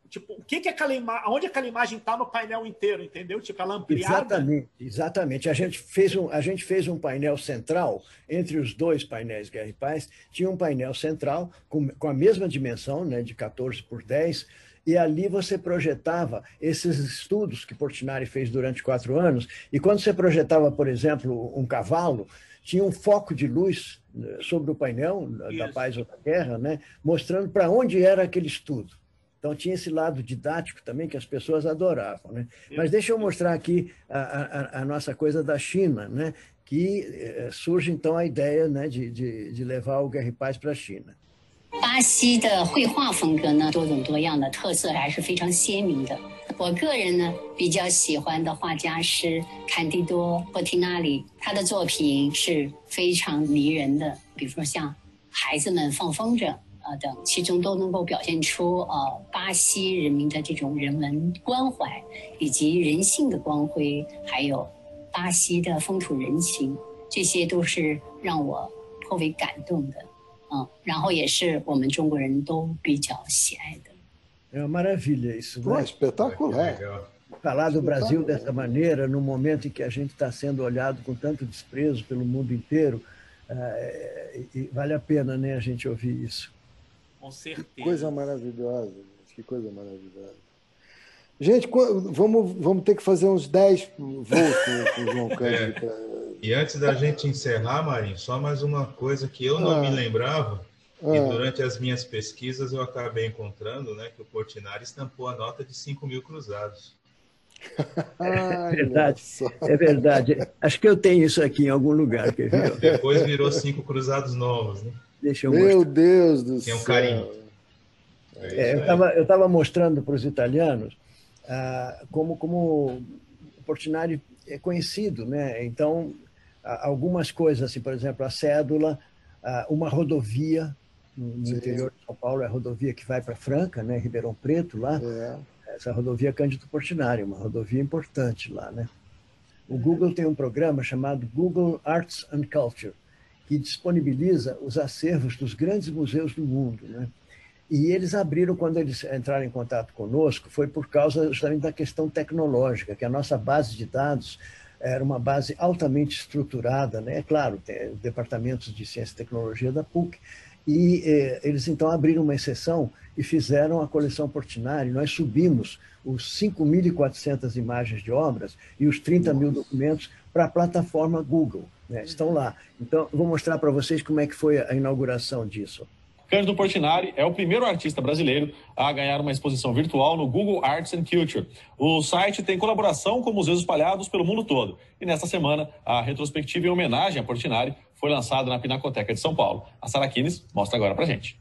Tipo, o que é aquela imagem, onde aquela imagem está no painel inteiro, entendeu? Tipo, ela ampliada. Exatamente. A gente fez um painel central, entre os dois painéis Guerra e Paz, tinha um painel central com a mesma dimensão, né, de 14 por 10, e ali você projetava esses estudos que Portinari fez durante 4 anos, e quando você projetava, por exemplo, um cavalo, tinha um foco de luz sobre o painel da Paz ou da Guerra, né, mostrando para onde era aquele estudo. Então, tinha esse lado didático também que as pessoas adoravam, né? Mas deixa eu mostrar aqui a nossa coisa da China, né? Que surge, então, a ideia, né, de levar o Guerra e Paz para a China. 巴西的绘画风格呢，多种多样的特色还是非常鲜明的。我个人呢比较喜欢的画家是坎蒂多·波提纳里，他的作品是非常迷人的，比如说像《孩子们放风筝》等，其中都能够表现出巴西人民的这种人文关怀，以及人性的光辉，还有巴西的风土人情，这些都是让我颇为感动的。然后也是我们中国人都比较喜爱的。 É uma maravilha isso, Pô, né? espetacular. Falar do Brasil dessa maneira, no momento em que a gente está sendo olhado com tanto desprezo pelo mundo inteiro, vale a pena, né, a gente ouvir isso. Com certeza. Que coisa maravilhosa, gente. Que coisa maravilhosa. Gente, vamos ter que fazer uns 10 voos com o João Cândido. E antes da gente encerrar, Marinho, só mais uma coisa que eu não me lembrava, e durante as minhas pesquisas eu acabei encontrando, né, que o Portinari estampou a nota de 5.000 cruzados. É verdade, é verdade. Acho que eu tenho isso aqui em algum lugar, quer ver? Depois virou 5 cruzados novos, né? Deixa eu mostrar. Meu Deus do céu. Tem um carinho. Eu estava mostrando para os italianos como o Portinari é conhecido, né? Então, algumas coisas, assim, por exemplo, a cédula, uma rodovia no interior de São Paulo, é a rodovia que vai para Franca, né? Ribeirão Preto, lá. Essa rodovia Cândido Portinari, uma rodovia importante lá, né? O Google tem um programa chamado Google Arts and Culture, que disponibiliza os acervos dos grandes museus do mundo, né? E eles abriram, quando eles entraram em contato conosco, foi por causa justamente da questão tecnológica, que a nossa base de dados era uma base altamente estruturada, né? É claro, tem departamentos de ciência e tecnologia da PUC, e eles então abriram uma exceção e fizeram a coleção Portinari. Nós subimos os 5.400 imagens de obras e os 30.000 documentos para a plataforma Google, né? Estão lá. Então, vou mostrar para vocês como é que foi a inauguração disso. Cândido Portinari é o primeiro artista brasileiro a ganhar uma exposição virtual no Google Arts and Culture. O site tem colaboração com museus espalhados pelo mundo todo. E nesta semana, a retrospectiva em homenagem a Portinari foi lançada na Pinacoteca de São Paulo. A Sara Kines mostra agora pra gente.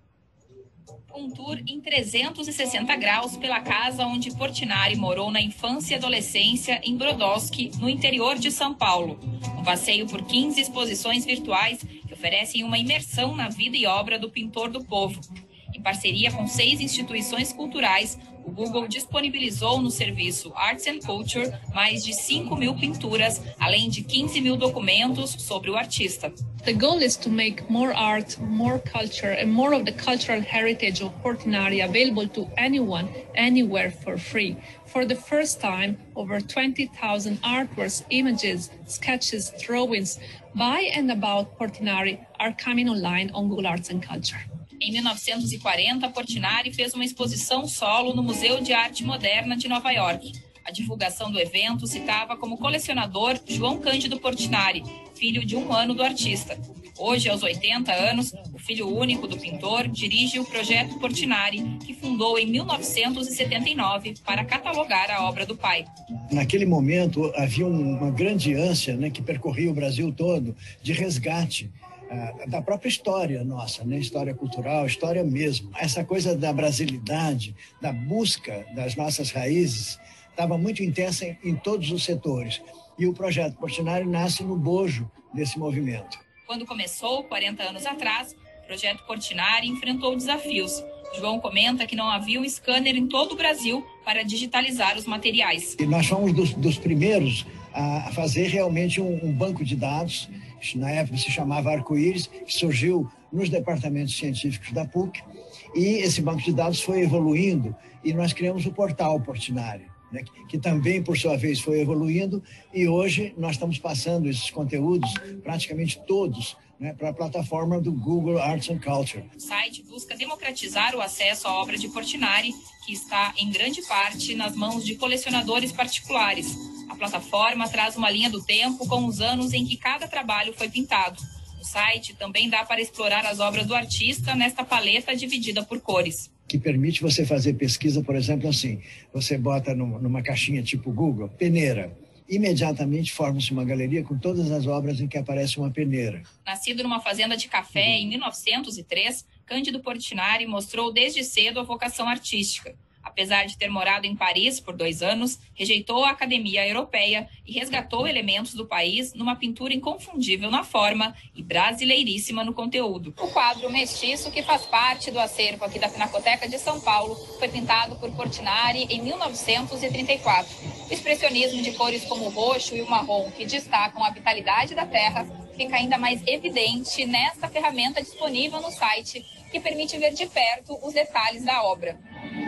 Um tour em 360 graus pela casa onde Portinari morou na infância e adolescência em Brodowski, no interior de São Paulo. Um passeio por 15 exposições virtuais que oferecem uma imersão na vida e obra do pintor do povo. Em parceria com 6 instituições culturais, o Google disponibilizou no serviço Arts and Culture mais de 5.000 pinturas, além de 15.000 documentos sobre o artista. The goal is to make more art, more culture, and more of the cultural heritage of Portinari available to anyone, anywhere for free. For the first time, over 20,000 artworks, images, sketches, drawings by and about Portinari are coming online on Google Arts and Culture. Em 1940, Portinari fez uma exposição solo no Museu de Arte Moderna de Nova York. A divulgação do evento citava como colecionador João Cândido Portinari, filho de 1 ano do artista. Hoje, aos 80 anos, o filho único do pintor dirige o Projeto Portinari, que fundou em 1979 para catalogar a obra do pai. Naquele momento, havia uma grande ânsia, né, que percorria o Brasil todo, de resgate da própria história nossa, né? História cultural, história mesmo. Essa coisa da brasilidade, da busca das nossas raízes, estava muito intensa em todos os setores. E o Projeto Portinari nasce no bojo desse movimento. Quando começou, 40 anos atrás, o Projeto Portinari enfrentou desafios. João comenta que não havia um scanner em todo o Brasil para digitalizar os materiais. E nós fomos dos primeiros a fazer realmente um banco de dados na época se chamava Arco-Íris, que surgiu nos departamentos científicos da PUC, e esse banco de dados foi evoluindo, e nós criamos o portal Portinari, né, que também, por sua vez, foi evoluindo, e hoje nós estamos passando esses conteúdos, praticamente todos, né, para a plataforma do Google Arts and Culture. O site busca democratizar o acesso à obra de Portinari, que está, em grande parte, nas mãos de colecionadores particulares. A plataforma traz uma linha do tempo com os anos em que cada trabalho foi pintado. O site também dá para explorar as obras do artista nesta paleta dividida por cores. Que permite você fazer pesquisa, por exemplo, assim, você bota numa caixinha tipo Google, peneira. Imediatamente forma-se uma galeria com todas as obras em que aparece uma peneira. Nascido numa fazenda de café em 1903, Cândido Portinari mostrou desde cedo a vocação artística. Apesar de ter morado em Paris por 2 anos, rejeitou a academia europeia e resgatou elementos do país numa pintura inconfundível na forma e brasileiríssima no conteúdo. O quadro Mestiço, que faz parte do acervo aqui da Pinacoteca de São Paulo, foi pintado por Portinari em 1934. O expressionismo de cores como o roxo e o marrom, que destacam a vitalidade da terra, fica ainda mais evidente nesta ferramenta disponível no site, que permite ver de perto os detalhes da obra.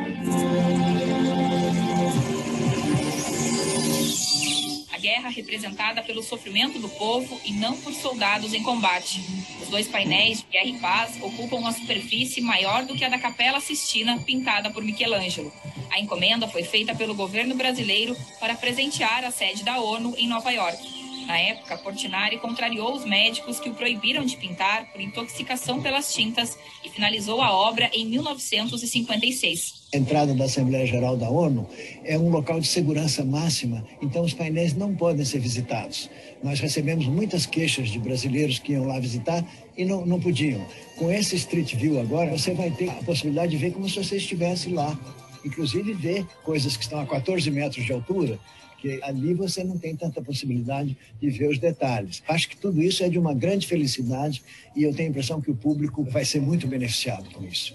A guerra representada pelo sofrimento do povo e não por soldados em combate. Os 2 painéis de Guerra e Paz ocupam uma superfície maior do que a da Capela Sistina, pintada por Michelangelo. A encomenda foi feita pelo governo brasileiro para presentear a sede da ONU em Nova York. Na época, Portinari contrariou os médicos que o proibiram de pintar por intoxicação pelas tintas e finalizou a obra em 1956. A entrada da Assembleia Geral da ONU é um local de segurança máxima, então os painéis não podem ser visitados. Nós recebemos muitas queixas de brasileiros que iam lá visitar e não podiam. Com esse Street View agora, você vai ter a possibilidade de ver como se você estivesse lá. Inclusive ver coisas que estão a 14 metros de altura, que ali você não tem tanta possibilidade de ver os detalhes. Acho que tudo isso é de uma grande felicidade e eu tenho a impressão que o público vai ser muito beneficiado com isso.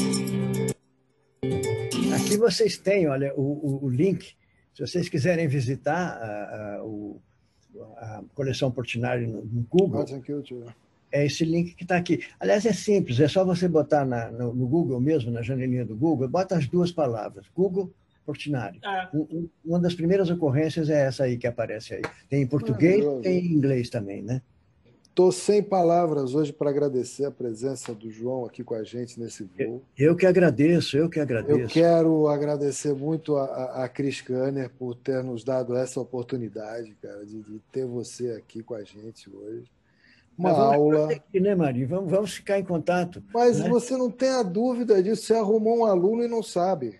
Aqui vocês têm, olha, o link, se vocês quiserem visitar a coleção Portinari no Google, é esse link que está aqui. Aliás, é simples, é só você botar no Google mesmo, na janelinha do Google, bota as 2 palavras, Google Portinari. Uma das primeiras ocorrências é essa aí que aparece aí. Tem em português e tem em inglês também, né? Estou sem palavras hoje para agradecer a presença do João aqui com a gente nesse voo. Eu que agradeço, eu que agradeço. Eu quero agradecer muito a Cris Kanner por ter nos dado essa oportunidade, cara, de ter você aqui com a gente hoje. Uma aula. Aqui, né, Marinho? Vamos ficar em contato. Mas né? Você não tem a dúvida disso. Você arrumou um aluno e não sabe.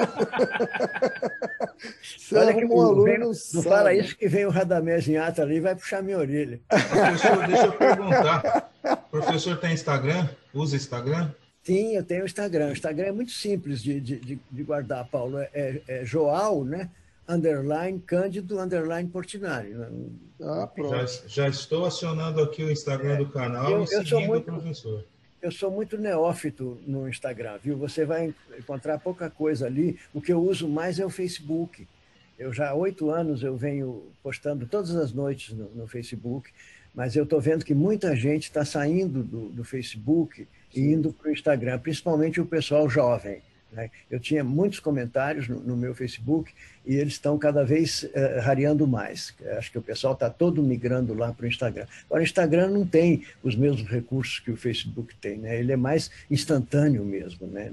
Você arrumou um aluno e não sabe. Não fala isso que vem o Radamés Inhata ali e vai puxar minha orelha. Professor, deixa eu perguntar. O professor tem Instagram? Usa Instagram? Sim, eu tenho Instagram. O Instagram é muito simples de guardar, Paulo. É Joal, né? _ Cândido _ Portinari. Já estou acionando aqui o Instagram do canal e seguindo o professor. Eu sou muito neófito no Instagram, viu? Você vai encontrar pouca coisa ali. O que eu uso mais é o Facebook. Eu já há 8 anos eu venho postando todas as noites no Facebook, mas eu estou vendo que muita gente está saindo do Facebook e indo para o Instagram, principalmente o pessoal jovem. Eu tinha muitos comentários no meu Facebook e eles estão cada vez rareando mais. Acho que o pessoal está todo migrando lá para o Instagram. Agora, o Instagram não tem os mesmos recursos que o Facebook tem, né? Ele é mais instantâneo mesmo. Né?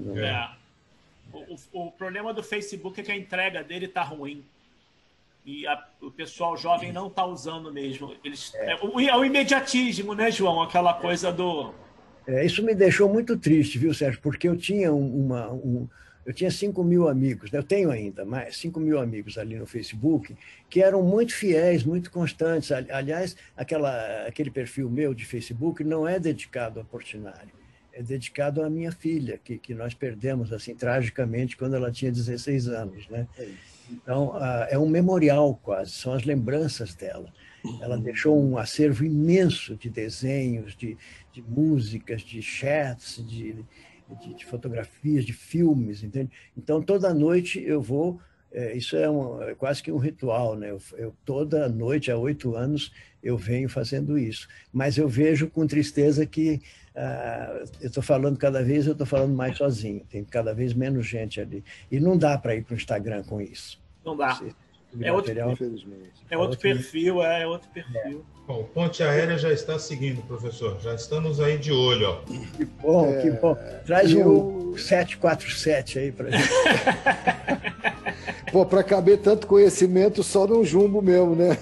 O problema do Facebook é que a entrega dele está ruim. E o pessoal jovem não está usando mesmo. É o imediatismo, né, João? Aquela coisa do... Isso me deixou muito triste, viu, Sérgio? Porque eu tinha eu tinha 5 mil amigos, né? Eu tenho ainda mais 5 mil amigos ali no Facebook, que eram muito fiéis, muito constantes. Aliás, aquele perfil meu de Facebook não é dedicado a Portinari, é dedicado à minha filha, que nós perdemos assim tragicamente quando ela tinha 16 anos, né? Então, é um memorial quase, são as lembranças dela. Ela deixou um acervo imenso de desenhos, de músicas, de chats, de fotografias, de filmes, entende? Então, toda noite eu vou isso é quase que um ritual, né? Eu toda noite, há 8 anos, eu venho fazendo isso. Mas eu vejo com tristeza que eu estou falando eu estou falando mais sozinho. Tem cada vez menos gente ali. E não dá para ir para o Instagram com isso. Não dá. É outro perfil, é outro perfil. Bom, o Ponte Aérea já está seguindo, professor. Já estamos aí de olho, ó. Que bom, que bom. Traz um 747 aí para gente. Pô, para caber tanto conhecimento só num jumbo mesmo, né?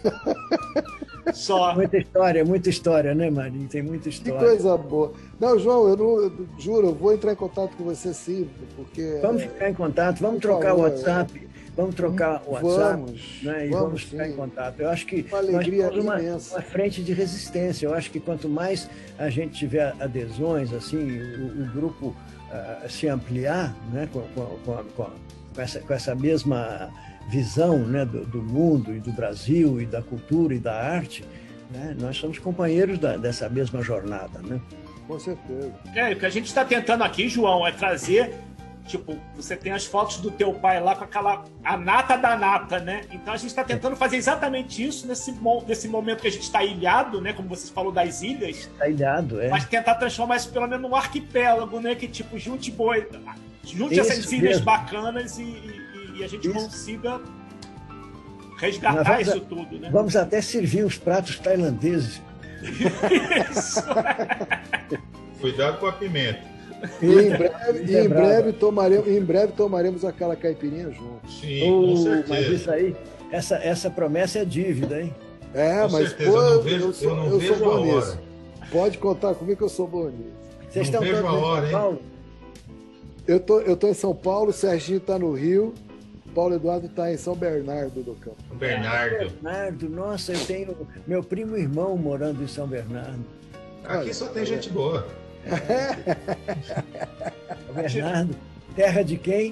Só. Muita história, né, Marinho? Tem muita história. Que coisa boa. Não, João, eu juro, eu vou entrar em contato com você sim, porque... Vamos ficar em contato, vamos trocar o WhatsApp. Vamos trocar o WhatsApp, né? E vamos ficar em contato. Eu acho que uma alegria nós imensa. Uma frente de resistência. Eu acho que quanto mais a gente tiver adesões, assim, o grupo se ampliar, né? Com essa mesma visão, né? do mundo e do Brasil e da cultura e da arte, né? Nós somos companheiros dessa mesma jornada, né? Com certeza. O que a gente está tentando aqui, João, é trazer... Tipo, você tem as fotos do teu pai lá com a nata da nata, né? Então a gente está tentando fazer exatamente isso nesse momento que a gente está ilhado, né? Como você falou das ilhas. Está ilhado, Mas tentar transformar isso pelo menos num arquipélago, né? Que tipo, junte essas ilhas bacanas e a gente consiga resgatar isso tudo, né? Vamos até servir os pratos tailandeses. Isso! Cuidado com a pimenta. E em breve tomaremos aquela caipirinha juntos. Sim, com certeza. Mas isso aí, essa promessa é dívida, hein? Com mas certeza, pô, eu não vejo sou bom a hora. nisso. Pode contar comigo que eu sou bom nisso. Vocês estão todos em São Paulo? Eu tô em São Paulo, o Serginho está no Rio, Paulo Eduardo está em São Bernardo do Campo. Bernardo, nossa, eu tenho meu primo e irmão morando em São Bernardo. Aqui só tem gente boa. Bernardo, terra de quem?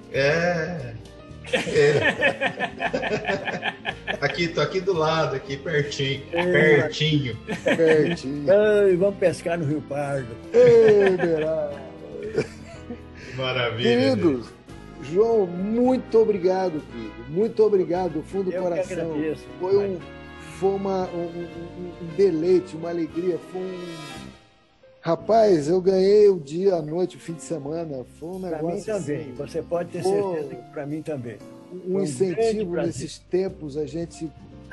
Tô aqui do lado, aqui pertinho. Ai, vamos pescar no Rio Pardo. Maravilha. Queridos, João, muito obrigado, querido. Muito obrigado, do fundo do coração. Que agradeço. Foi um deleite, uma alegria, Rapaz, eu ganhei o dia, a noite, o fim de semana. Foi um negócio. Para mim também. Assim, você pode ter certeza que para mim também. Um incentivo nesses tempos, a gente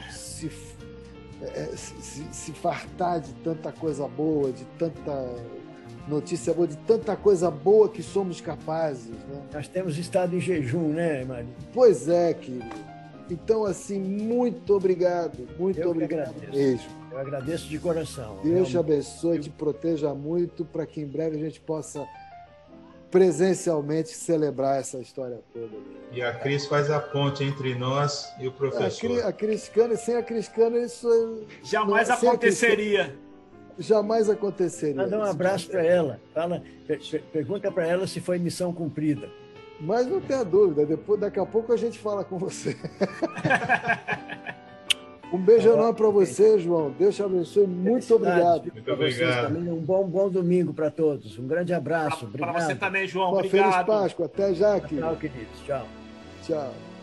se fartar de tanta coisa boa, de tanta notícia boa, de tanta coisa boa que somos capazes. Né? Nós temos estado em jejum, né, Marinho? Pois é, querido. Então, assim, muito obrigado. Muito obrigado mesmo. Eu agradeço de coração. Deus te abençoe, te proteja muito, para que em breve a gente possa presencialmente celebrar essa história toda. E a Cris faz a ponte entre nós e o professor. A Cris Cana, sem a Cris Cana, isso jamais aconteceria. Jamais aconteceria. Manda um abraço para ela. Pergunta para ela se foi missão cumprida. Mas não tenha dúvida, daqui a pouco a gente fala com você. Um beijo enorme para você, João. Deus te abençoe. Muito obrigado. Muito obrigado. Também um bom domingo para todos. Um grande abraço. Para você também, João. Uma obrigado. Feliz Páscoa. Até já, querido. Tchau, queridos. Tchau. Tchau.